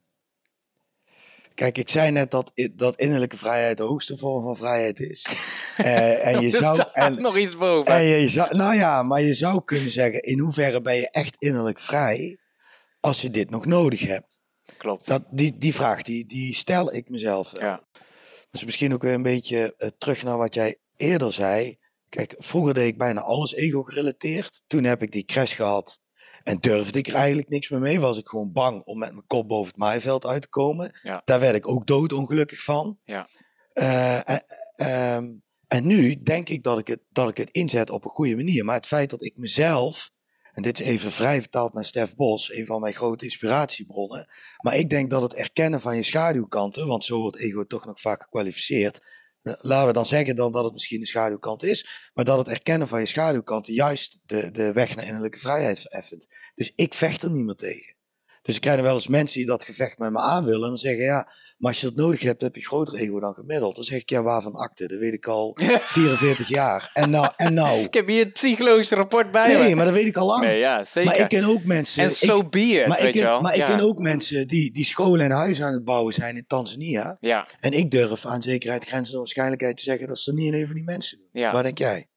kijk, ik zei net dat, dat innerlijke vrijheid de hoogste vorm van vrijheid is. Uh, en je er zou, staat en, nog iets boven. En je zou, nou ja, maar je zou kunnen zeggen, in hoeverre ben je echt innerlijk vrij als je dit nog nodig hebt? Klopt. Dat, die, die vraag, die, die stel ik mezelf. Ja. Dus misschien ook weer een beetje uh, terug naar wat jij eerder zei. Kijk, vroeger deed ik bijna alles ego gerelateerd. Toen heb ik die crash gehad en durfde ik er eigenlijk niks meer mee. Was ik gewoon bang om met mijn kop boven het maaiveld uit te komen. Ja. Daar werd ik ook doodongelukkig van. Ja. Uh, uh, um, en nu denk ik dat ik, het, dat ik het inzet op een goede manier. Maar het feit dat ik mezelf, en dit is even vrij vertaald naar Stef Bos, een van mijn grote inspiratiebronnen. Maar ik denk dat het erkennen van je schaduwkanten, want zo wordt ego toch nog vaak gekwalificeerd. Laten we dan zeggen dan dat het misschien een schaduwkant is. Maar dat het erkennen van je schaduwkanten juist de, de weg naar innerlijke vrijheid vereffent. Dus ik vecht er niet meer tegen. Dus ik krijg er wel eens mensen die dat gevecht met me aan willen. En dan zeggen ja, maar als je dat nodig hebt, heb je groter ego dan gemiddeld. Dan zeg ik ja, waarvan akte? Dat weet ik al vierenveertig jaar. En nou, en nou. Ik heb hier het psychologische rapport bij Nee, me. maar dat weet ik al lang. Nee, ja, zeker. Maar ik ken ook mensen. En so ik, be it, maar weet ik ken, je wel. Maar ja. ik ken ook mensen die, die scholen en huizen aan het bouwen zijn in Tanzania. Ja. En ik durf aan zekerheid, grens en waarschijnlijkheid te zeggen dat ze dat niet in een van die mensen doen. Ja. Wat denk jij?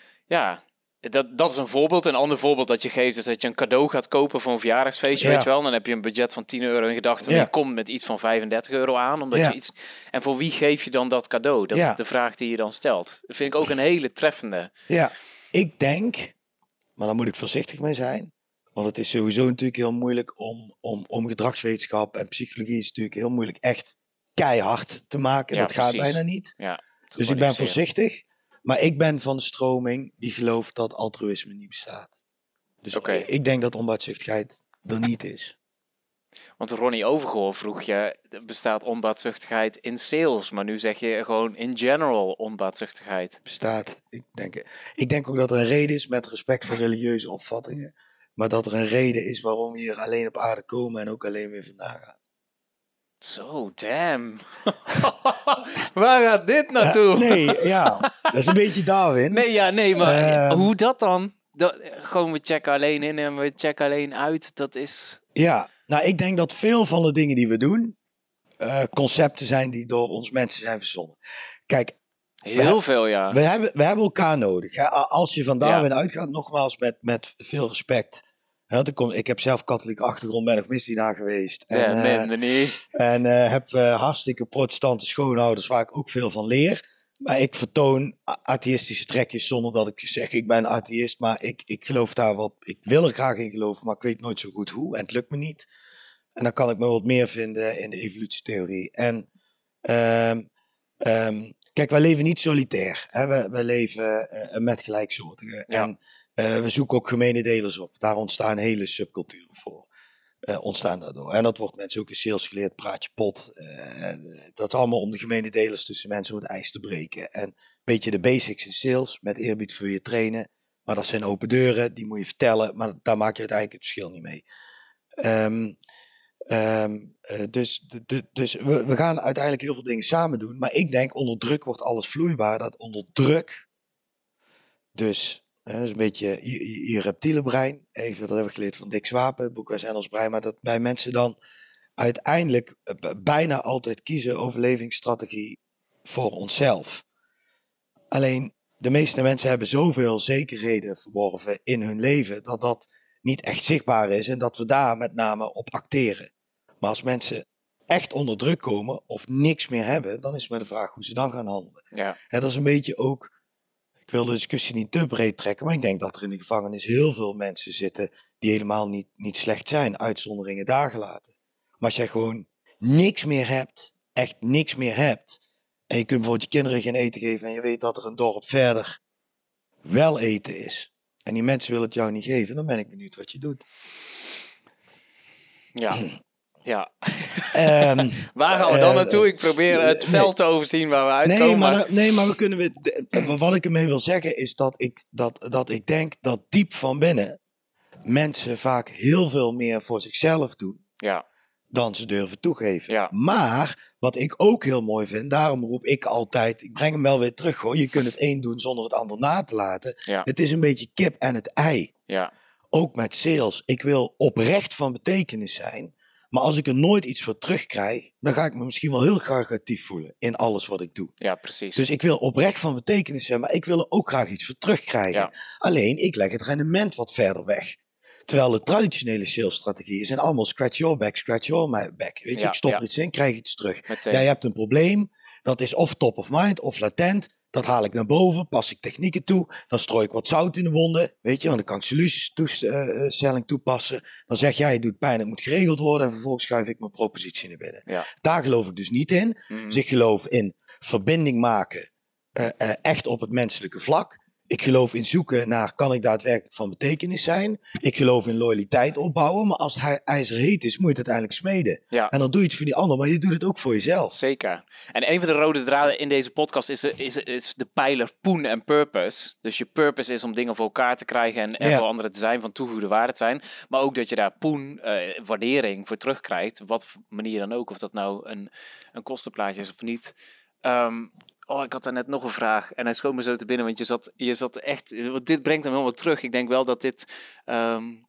Ja, dat, dat is een voorbeeld. Een ander voorbeeld dat je geeft is dat je een cadeau gaat kopen voor een verjaardagsfeestje, Ja. weet je wel. Dan heb je een budget van tien euro in gedachten. Maar Ja. je komt met iets van vijfendertig euro aan. Omdat Ja. je iets... En voor wie geef je dan dat cadeau? Dat Ja. is de vraag die je dan stelt. Dat vind ik ook een hele treffende. Ja, ik denk, maar daar moet ik voorzichtig mee zijn. Want het is sowieso natuurlijk heel moeilijk om, om, om gedragswetenschap en psychologie is natuurlijk heel moeilijk echt keihard te maken. Ja, dat gaat precies. bijna niet. Ja, Dus ik ben voorzichtig. Maar ik ben van de stroming die gelooft dat altruïsme niet bestaat. Dus Oké. ik, ik denk dat onbaatzuchtigheid er niet is. Want Ronnie Overgoor vroeg je, bestaat onbaatzuchtigheid in sales? Maar nu zeg je gewoon in general onbaatzuchtigheid. Bestaat, ik denk, ik denk ook dat er een reden is met respect voor religieuze opvattingen. Maar dat er een reden is waarom we hier alleen op aarde komen en ook alleen weer vandaan gaan. Zo, damn. Waar gaat dit naartoe? Uh, nee, ja. Dat is een beetje Darwin. Nee, ja, nee, maar Uh, hoe dat dan? Dat, gewoon we checken alleen in en we checken alleen uit. Dat is... Ja, nou ik denk dat veel van de dingen die we doen, uh, concepten zijn die door ons mensen zijn verzonnen. Kijk, Heel we, veel, ja. We hebben, we hebben elkaar nodig. Hè? Als je van Darwin Ja. uitgaat, nogmaals met, met veel respect. Hè, want ik, kom, ik heb zelf katholieke achtergrond, ben nog misdienaar geweest. En, Ja, uh, minder niet. En uh, heb uh, hartstikke protestante schoonouders waar ik ook veel van leer. Maar ik vertoon atheïstische trekjes zonder dat ik zeg ik ben atheïst. Maar ik, ik geloof daar wat. Ik wil er graag in geloven, maar ik weet nooit zo goed hoe. En het lukt me niet. En dan kan ik me wat meer vinden in de evolutietheorie. En um, um, kijk, wij leven niet solitair. Hè? We, we leven uh, met gelijksoortigen. Ja. En uh, we zoeken ook gemene delers op. Daar ontstaan hele subculturen voor. Uh, ontstaan daardoor. En dat wordt mensen ook in sales geleerd, praatje pot. Uh, dat is allemaal om de gemene delers tussen mensen op het ijs te breken. En een beetje de basics in sales, met eerbied voor je trainen. Maar dat zijn open deuren, die moet je vertellen. Maar daar maak je uiteindelijk het verschil niet mee. Um, um, uh, dus de, de, dus we, we gaan uiteindelijk heel veel dingen samen doen. Maar ik denk, onder druk wordt alles vloeibaar. Dat onder druk, dus... Dat is een beetje je, je reptiele brein. Even, dat heb ik geleerd van Dick Swapen, het boek Was Engels brein. Maar dat bij mensen dan uiteindelijk bijna altijd kiezen overlevingsstrategie voor onszelf. Alleen de meeste mensen hebben zoveel zekerheden verworven in hun leven dat dat niet echt zichtbaar is en dat we daar met name op acteren. Maar als mensen echt onder druk komen of niks meer hebben, dan is het maar de vraag hoe ze dan gaan handelen. Ja. Ja, dat is een beetje ook... Ik wil de discussie niet te breed trekken, maar ik denk dat er in de gevangenis heel veel mensen zitten die helemaal niet, niet slecht zijn, uitzonderingen daar gelaten. Maar als jij gewoon niks meer hebt, echt niks meer hebt, en je kunt bijvoorbeeld je kinderen geen eten geven en je weet dat er een dorp verder wel eten is, en die mensen willen het jou niet geven, dan ben ik benieuwd wat je doet. Ja. Ja. Um, waar gaan we dan uh, naartoe? Ik probeer het veld nee. te overzien waar we uitkomen. Nee, maar, maar... nee, maar we kunnen weer, wat ik ermee wil zeggen is dat ik, dat, dat ik denk dat diep van binnen mensen vaak heel veel meer voor zichzelf doen. Ja. Dan ze durven toegeven. Ja. Maar wat ik ook heel mooi vind, daarom roep ik altijd, ik breng hem wel weer terug hoor. Je kunt het een doen zonder het ander na te laten. Ja. Het is een beetje kip en het ei. Ja. Ook met sales. Ik wil oprecht van betekenis zijn. Maar als ik er nooit iets voor terugkrijg, dan ga ik me misschien wel heel gargatief voelen in alles wat ik doe. Ja, precies. Dus ik wil oprecht van betekenis zijn, maar ik wil er ook graag iets voor terugkrijgen. Ja. Alleen, ik leg het rendement wat verder weg. Terwijl de traditionele salesstrategieën zijn allemaal scratch your back, scratch your back. Weet je, ja, ik stop ja. er iets in, krijg iets terug. Meteen. Jij hebt een probleem, dat is of top of mind of latent. Dat haal ik naar boven, pas ik technieken toe. Dan strooi ik wat zout in de wonden. Weet je, want dan kan ik soluties-toestelling uh, toepassen. Dan zeg jij, het doet pijn, het moet geregeld worden. En vervolgens schuif ik mijn propositie naar binnen. Ja. Daar geloof ik dus niet in. Mm-hmm. Dus ik geloof in verbinding maken. Uh, uh, echt op het menselijke vlak. Ik geloof in zoeken naar, kan ik daadwerkelijk van betekenis zijn? Ik geloof in loyaliteit opbouwen. Maar als het ijzer heet is, moet je het uiteindelijk smeden. Ja. En dan doe je het voor die ander, maar je doet het ook voor jezelf. Zeker. En een van de rode draden in deze podcast is de, is, is de pijler poen en purpose. Dus je purpose is om dingen voor elkaar te krijgen en er ja. voor anderen te zijn, van toegevoegde waarde te zijn. Maar ook dat je daar poen, uh, waardering voor terugkrijgt. Op wat manier dan ook. Of dat nou een, een kostenplaatje is of niet. Um, Oh, ik had daar net nog een vraag en hij schoot me zo te binnen, want je zat, je zat echt... Dit brengt hem helemaal terug. Ik denk wel dat dit um,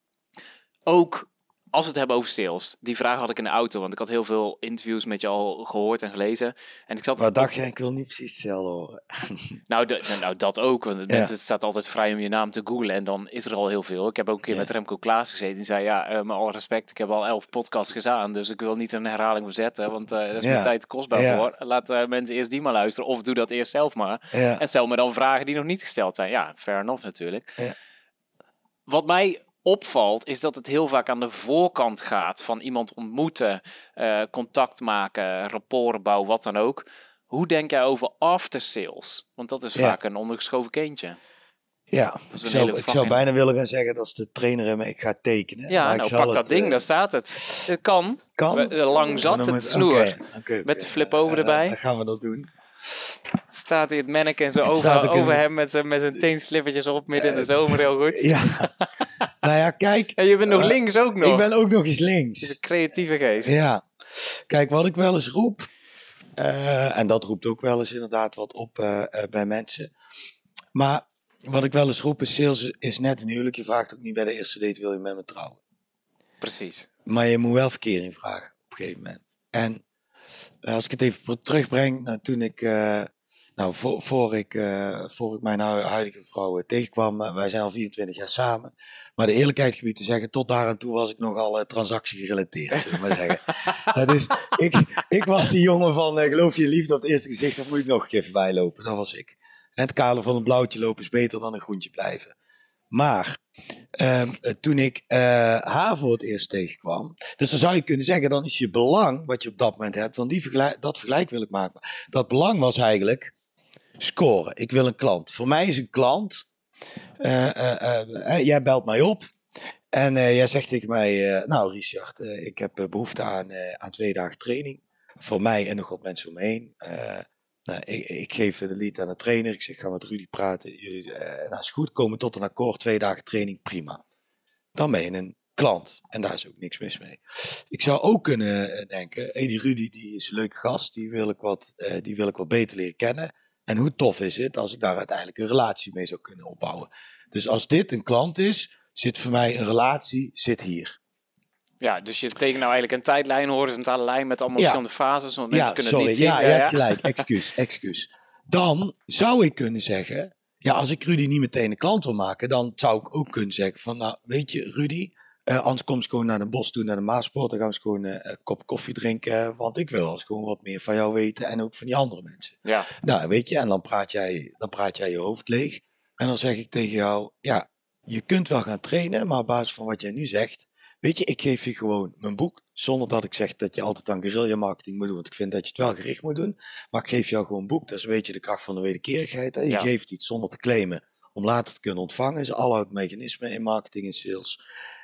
ook... Als we het hebben over sales. Die vraag had ik in de auto, want ik had heel veel interviews met je al gehoord en gelezen. En ik zat Wat dacht jij? Ik wil niet precies hetzelfde horen. Nou, de, nou, dat ook. Want ja. mensen, het staat altijd vrij om je naam te googlen en dan is er al heel veel. Ik heb ook een keer ja. met Remco Klaas gezeten. Die zei, ja, uh, met alle respect, ik heb al elf podcasts gedaan. Dus ik wil niet een herhaling verzetten, want uh, daar is ja. mijn tijd te kostbaar ja. voor. Laat uh, mensen eerst die maar luisteren of doe dat eerst zelf maar. Ja. En stel me dan vragen die nog niet gesteld zijn. Ja, fair enough natuurlijk. Ja. Wat mij... opvalt, is dat het heel vaak aan de voorkant gaat van iemand ontmoeten, uh, contact maken, rapport bouwen, wat dan ook. Hoe denk jij over after sales? Want dat is ja. vaak een ondergeschoven kindje. Ja, ik zou, ik zou bijna willen gaan zeggen dat is de trainer en ik ga tekenen. Ja, maar nou ik pak het, dat ding, uh, daar staat het. Het kan. Kan? Lang zat het, het snoer. Okay, okay, okay. Met de flip-over uh, erbij. Dan gaan we dat doen. Staat hier het manneken zo over, over hem met zijn, met zijn teenslippertjes op midden in de zomer heel goed. Ja. Nou ja, kijk. En je bent nog uh, links ook nog. Ik ben ook nog eens links. Het is een creatieve geest. Ja. Kijk, wat ik wel eens roep. Uh, en dat roept ook wel eens inderdaad wat op uh, uh, bij mensen. Maar wat ik wel eens roep is, sales is net een huwelijk. Je vraagt ook niet bij de eerste date, wil je met me trouwen? Precies. Maar je moet wel verkering vragen op een gegeven moment. En uh, als ik het even terugbreng naar toen ik... Uh, Nou, voor, voor, ik, uh, voor ik mijn huidige vrouw uh, tegenkwam, uh, wij zijn al vierentwintig jaar samen. Maar de eerlijkheid gebied te zeggen, tot daar aan toe was ik nogal uh, transactiegerelateerd, zullen we maar zeggen. uh, dus ik, ik was die jongen van, uh, geloof je liefde op het eerste gezicht, of moet ik nog een keer voorbij lopen? Dat was ik. En het kader van een blauwtje lopen is beter dan een groentje blijven. Maar uh, toen ik uh, haar voor het eerst tegenkwam, dus dan zou je kunnen zeggen, dan is je belang, wat je op dat moment hebt, van die vergelijk, dat vergelijk wil ik maken. Dat belang was eigenlijk... scoren. Ik wil een klant. Voor mij is een klant... Uh, uh, uh, jij belt mij op. En uh, jij zegt tegen mij... Uh, nou Richard, uh, ik heb uh, behoefte aan, uh, aan twee dagen training. Voor mij en nog wat mensen om me heen. Uh, nou, ik, ik geef de lead aan de trainer. Ik zeg, ga met Rudy praten. Jullie, uh, nou is goed, komen tot een akkoord. Twee dagen training, prima. Dan ben je een klant. En daar is ook niks mis mee. Ik zou ook kunnen uh, denken... Hey, die Rudy die is een leuke gast. Die wil ik wat, uh, die wil ik wat beter leren kennen. En hoe tof is het als ik daar uiteindelijk een relatie mee zou kunnen opbouwen. Dus als dit een klant is, zit voor mij een relatie, zit hier. Ja, dus je tekent nou eigenlijk een tijdlijn, een horizontale lijn met allemaal ja. verschillende fases. Want mensen ja, kunnen sorry, het niet zien. Ja, je ja, hebt ja. gelijk. Excuus, excuus. Dan zou ik kunnen zeggen, ja, als ik Rudy niet meteen een klant wil maken, dan zou ik ook kunnen zeggen van, nou, weet je, Rudy, uh, anders kom ik gewoon naar de bos toe, naar de Maaspoort. Dan gaan we eens gewoon uh, een kop koffie drinken. Want ik wil wel eens gewoon wat meer van jou weten en ook van die andere mensen. Ja. Nou, weet je, en dan praat jij, dan praat jij je hoofd leeg. En dan zeg ik tegen jou, ja, je kunt wel gaan trainen, maar op basis van wat jij nu zegt, weet je, ik geef je gewoon mijn boek, zonder dat ik zeg dat je altijd aan guerrilla marketing moet doen, want ik vind dat je het wel gericht moet doen. Maar ik geef jou gewoon een boek, dat is een beetje de kracht van de wederkerigheid. Hè? Je ja. geeft iets zonder te claimen, om later te kunnen ontvangen. Dat is al het mechanisme in marketing en sales.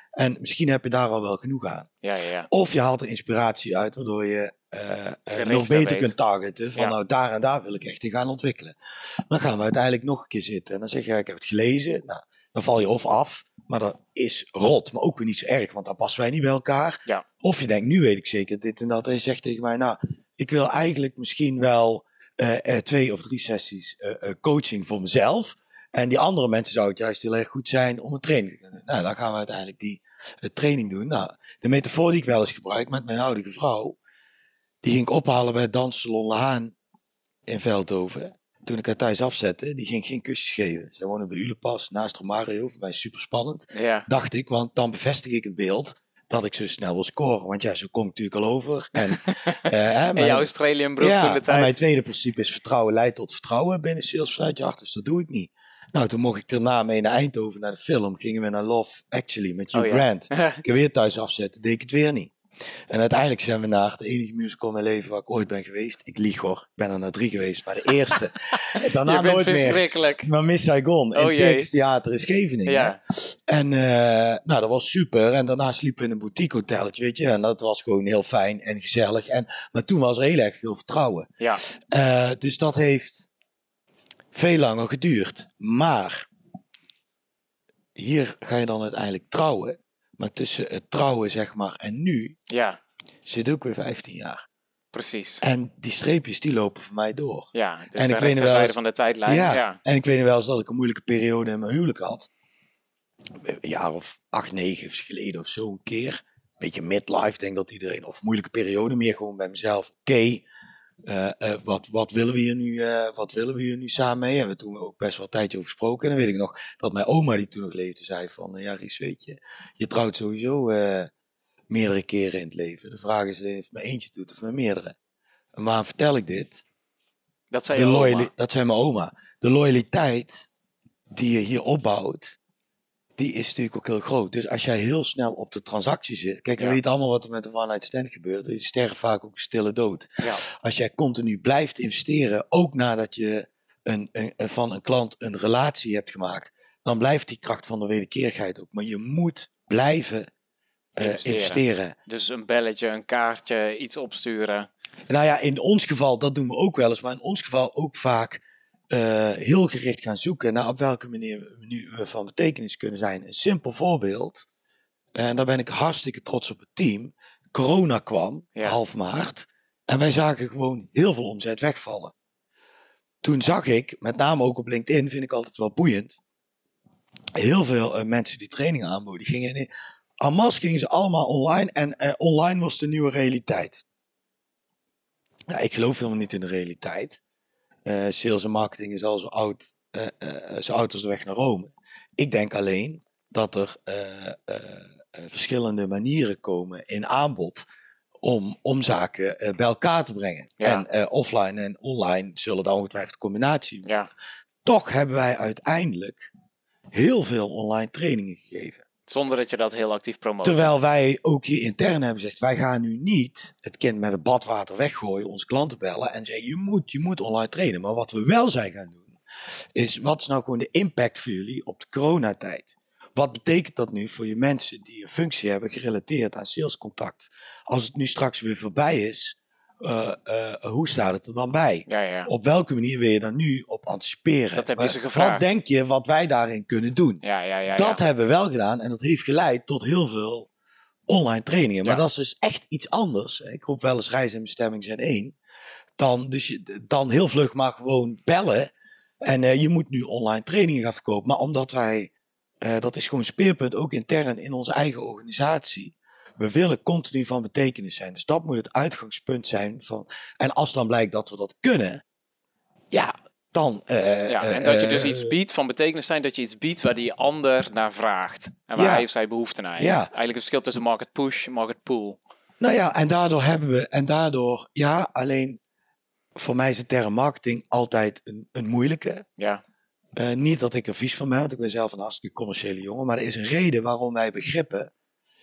En misschien heb je daar al wel genoeg aan. Ja, ja, ja. Of je haalt er inspiratie uit, waardoor je uh, uh, nog beter kunt targeten. Van ja. nou, daar en daar wil ik echt in gaan ontwikkelen. Dan gaan we uiteindelijk nog een keer zitten. En dan zeg je, ja, ik heb het gelezen. Nou, dan val je of af. Maar dat is rot. Maar ook weer niet zo erg, want dan passen wij niet bij elkaar. Ja. Of je denkt, nu weet ik zeker dit en dat. En je zegt tegen mij, nou, ik wil eigenlijk misschien wel uh, uh, twee of drie sessies uh, uh, coaching voor mezelf. En die andere mensen zou het juist heel erg goed zijn om een training te kunnen. Nou, dan gaan we uiteindelijk die uh, training doen. Nou, de metafoor die ik wel eens gebruik met mijn huidige vrouw, die ging ik ophalen bij het danssalon Le Haan in Veldhoven. Toen ik haar thuis afzette, die ging geen kusjes geven. Zij woonde bij Ulepas, naast Romario, voor mij super spannend. Ja. Dacht ik, want dan bevestig ik het beeld dat ik zo snel wil scoren. Want ja, zo kom ik natuurlijk al over. En, uh, hè, mijn, jouw Australian broek ja, toen de tijd. En mijn tweede principe is vertrouwen leidt tot vertrouwen binnen sales vanuit je hart. Dus dat doe ik niet. Nou, toen mocht ik daarna mee naar Eindhoven, naar de film. Gingen we naar Love Actually met Hugh oh, ja. Grant. Ik heb weer thuis afzetten, deed ik het weer niet. En uiteindelijk zijn we naar de enige musical in mijn leven waar ik ooit ben geweest. Ik lieg hoor, ik ben er naar drie geweest, maar de eerste. Daarna je bent nooit verschrikkelijk. meer. Maar Miss Saigon in oh, het Circus Theater in Scheveningen. Ja. En uh, nou, dat was super. En daarna sliepen we in een boutique hotelletje, weet je. En dat was gewoon heel fijn en gezellig. En, maar toen was er heel erg veel vertrouwen. Ja. Uh, dus dat heeft veel langer geduurd. Maar hier ga je dan uiteindelijk trouwen. Maar tussen het trouwen, zeg maar, en nu ja. zit ook weer vijftien jaar. Precies. En die streepjes, die lopen voor mij door. Ja, dus en de ik weet nog wel rechterzijde eens, van de tijdlijn. Ja, ja, en ik weet nog wel eens dat ik een moeilijke periode in mijn huwelijk had. Een jaar of acht, negen geleden of zo een keer. Een beetje midlife, denk dat iedereen. Of moeilijke periode, meer gewoon bij mezelf. Oké, okay, uh, uh, wat, wat, willen we hier nu, uh, wat willen we hier nu samen mee? En we hebben toen ook best wel een tijdje over gesproken. En dan weet ik nog dat mijn oma, die toen nog leefde, zei van... Uh, ja, Ries, weet je, je trouwt sowieso uh, meerdere keren in het leven. De vraag is of je maar eentje doet of maar meerdere. En waarom vertel ik dit? Dat zei de je loyali- oma. Dat zei mijn oma. De loyaliteit die je hier opbouwt, die is natuurlijk ook heel groot. Dus als jij heel snel op de transactie zit... Kijk, we ja. weten allemaal wat er met een one-night stand gebeurt. Je sterft vaak ook een stille dood. Ja. Als jij continu blijft investeren, ook nadat je een, een, van een klant een relatie hebt gemaakt, dan blijft die kracht van de wederkerigheid ook. Maar je moet blijven uh, investeren. investeren. Dus een belletje, een kaartje, iets opsturen. Nou ja, in ons geval, dat doen we ook wel eens. Maar in ons geval ook vaak uh, heel gericht gaan zoeken naar op welke manier we nu van betekenis kunnen zijn. Een simpel voorbeeld. En daar ben ik hartstikke trots op het team. Corona kwam, ja. half maart. En wij zagen gewoon heel veel omzet wegvallen. Toen zag ik, met name ook op LinkedIn, vind ik altijd wel boeiend. Heel veel uh, mensen die trainingen aanboden, die gingen in. En masse gingen ze allemaal online. En uh, online was de nieuwe realiteit. Nou, ik geloof helemaal niet in de realiteit. Uh, sales en marketing is al zo oud, uh, uh, zo oud als de weg naar Rome. Ik denk alleen dat er uh, uh, uh, verschillende manieren komen in aanbod om, om zaken uh, bij elkaar te brengen. Ja. En uh, offline en online zullen daar ongetwijfeld een combinatie. Ja. Toch hebben wij uiteindelijk heel veel online trainingen gegeven. Zonder dat je dat heel actief promoot. Terwijl wij ook hier intern hebben gezegd, wij gaan nu niet het kind met het badwater weggooien, onze klanten bellen en zeggen, je moet, je moet online trainen. Maar wat we wel zijn gaan doen, is wat is nou gewoon de impact voor jullie op de coronatijd? Wat betekent dat nu voor je mensen die een functie hebben gerelateerd aan salescontact? Als het nu straks weer voorbij is, uh, uh, hoe staat het er dan bij? Ja, ja. Op welke manier wil je daar nu op anticiperen? Dat heb je ze gevraagd. Wat denk je wat wij daarin kunnen doen? Ja, ja, ja, dat ja. hebben we wel gedaan en dat heeft geleid tot heel veel online trainingen. Maar ja. dat is dus echt iets anders. Ik roep wel eens reis en bestemming zijn één. Dan, dus je, dan heel vlug maar gewoon bellen. En uh, je moet nu online trainingen gaan verkopen. Maar omdat wij, uh, dat is gewoon een speerpunt ook intern in onze eigen organisatie. We willen continu van betekenis zijn. Dus dat moet het uitgangspunt zijn van. En als dan blijkt dat we dat kunnen, ja, dan. Uh, ja, en uh, dat je dus iets biedt van betekenis zijn, dat je iets biedt waar die ander naar vraagt. En waar ja. hij of zij behoefte naar heeft. Ja. Eigenlijk het verschil tussen market push en market pull. Nou ja, en daardoor hebben we, en daardoor, ja, alleen voor mij is de term marketing altijd een, een moeilijke. Ja. Uh, niet dat ik er vies van ben, want ik ben zelf een hartstikke commerciële jongen. Maar er is een reden waarom wij begrippen.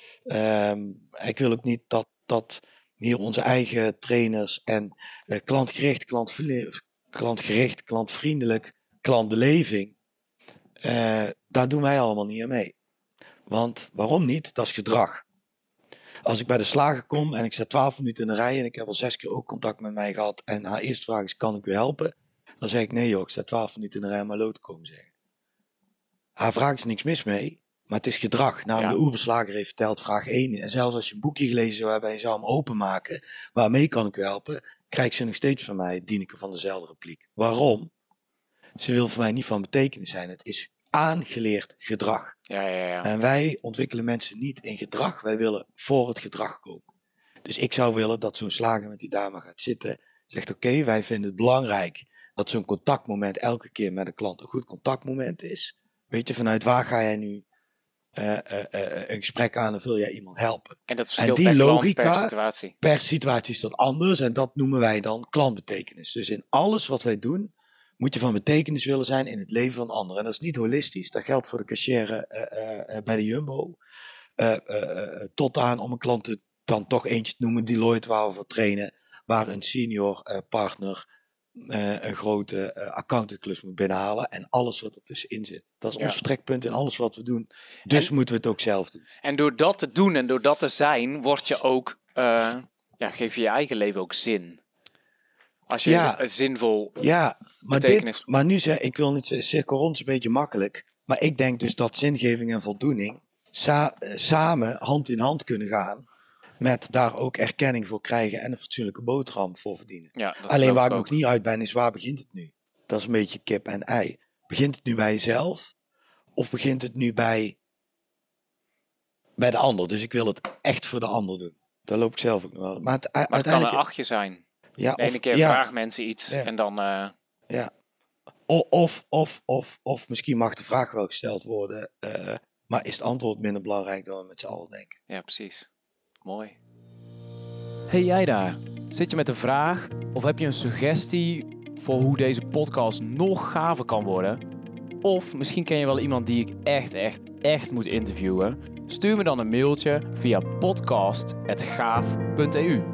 Um, ik wil ook niet dat, dat hier onze eigen trainers en uh, klantgericht, klantvriendelijk, klantgericht, klantvriendelijk, klantbeleving. Uh, daar doen wij allemaal niet aan mee. Want waarom niet? Dat is gedrag. Als ik bij de slager kom en ik zet twaalf minuten in de rij en ik heb al zes keer ook contact met mij gehad en haar eerste vraag is, kan ik u helpen? Dan zeg ik, nee joh, ik sta twaalf minuten in de rij om mijn lood te komen zeggen. Haar vraag is niks mis mee, maar het is gedrag. Namelijk ja. De Uberslager heeft verteld, vraag één. En zelfs als je een boekje gelezen zou hebben en je zou hem openmaken, waarmee kan ik u helpen? Krijgt ze nog steeds van mij, Dieneke, van dezelfde repliek. Waarom? Ze wil voor mij niet van betekenis zijn. Het is aangeleerd gedrag. Ja, ja, ja. En wij ontwikkelen mensen niet in gedrag. Wij willen voor het gedrag komen. Dus ik zou willen dat zo'n slager met die dame gaat zitten. Zegt oké, okay, wij vinden het belangrijk dat zo'n contactmoment elke keer met een klant een goed contactmoment is. Weet je, vanuit waar ga jij nu uh, uh, uh, een gesprek aan en wil jij iemand helpen? En dat verschilt en die per logica, klant, per situatie. Per situatie is dat anders en dat noemen wij dan klantbetekenis. Dus in alles wat wij doen, moet je van betekenis willen zijn in het leven van anderen. En dat is niet holistisch. Dat geldt voor de cashier uh, uh, bij de Jumbo. Uh, uh, uh, tot aan om een klant te, dan toch eentje te noemen, Deloitte, waar we voor trainen. Waar een senior uh, partner uh, een grote uh, accountantklus moet binnenhalen. En alles wat er tussenin zit. Dat is ja. ons vertrekpunt in alles wat we doen. Dus en, moeten we het ook zelf doen. En door dat te doen en door dat te zijn, word je ook, uh, ja, geef je je eigen leven ook zin. Als je ja, een zinvol ja, maar, dit, maar nu zeg ik wil niet zeggen, cirkel rond is een beetje makkelijk. Maar ik denk dus dat zingeving en voldoening sa- samen hand in hand kunnen gaan. Met daar ook erkenning voor krijgen en een fatsoenlijke boterham voor verdienen. Ja, alleen waar ik ook nog niet uit ben is, waar begint het nu? Dat is een beetje kip en ei. Begint het nu bij jezelf? Of begint het nu bij, bij de ander? Dus ik wil het echt voor de ander doen. Daar loop ik zelf ook nog wel. Maar het, maar het kan een achtje zijn. Ja, de ene of, keer ja, vraag mensen iets ja. en dan... Uh... Ja. Of, of, of, of misschien mag de vraag wel gesteld worden, uh, maar is het antwoord minder belangrijk dan we met z'n allen denken. Ja, precies. Mooi. Hey jij daar, zit je met een vraag of heb je een suggestie voor hoe deze podcast nog gaver kan worden? Of misschien ken je wel iemand die ik echt, echt, echt moet interviewen? Stuur me dan een mailtje via podcast at gaaf punt e u.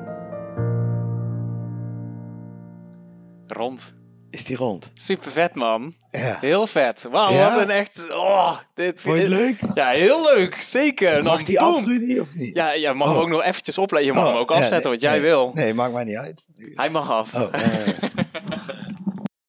Rond. Is die rond? Super vet, man. Ja. Heel vet. Wauw, ja? Wat een echt... Oh, dit, Vond je het leuk? Ja, heel leuk. Zeker. Mag die af, Rudy, of niet? Ja, ja mag oh. hem ook nog eventjes opletten. Je mag oh, hem ook afzetten ja, nee, wat jij nee, wil. Nee, maakt mij niet uit. Hij mag af. Oh, uh,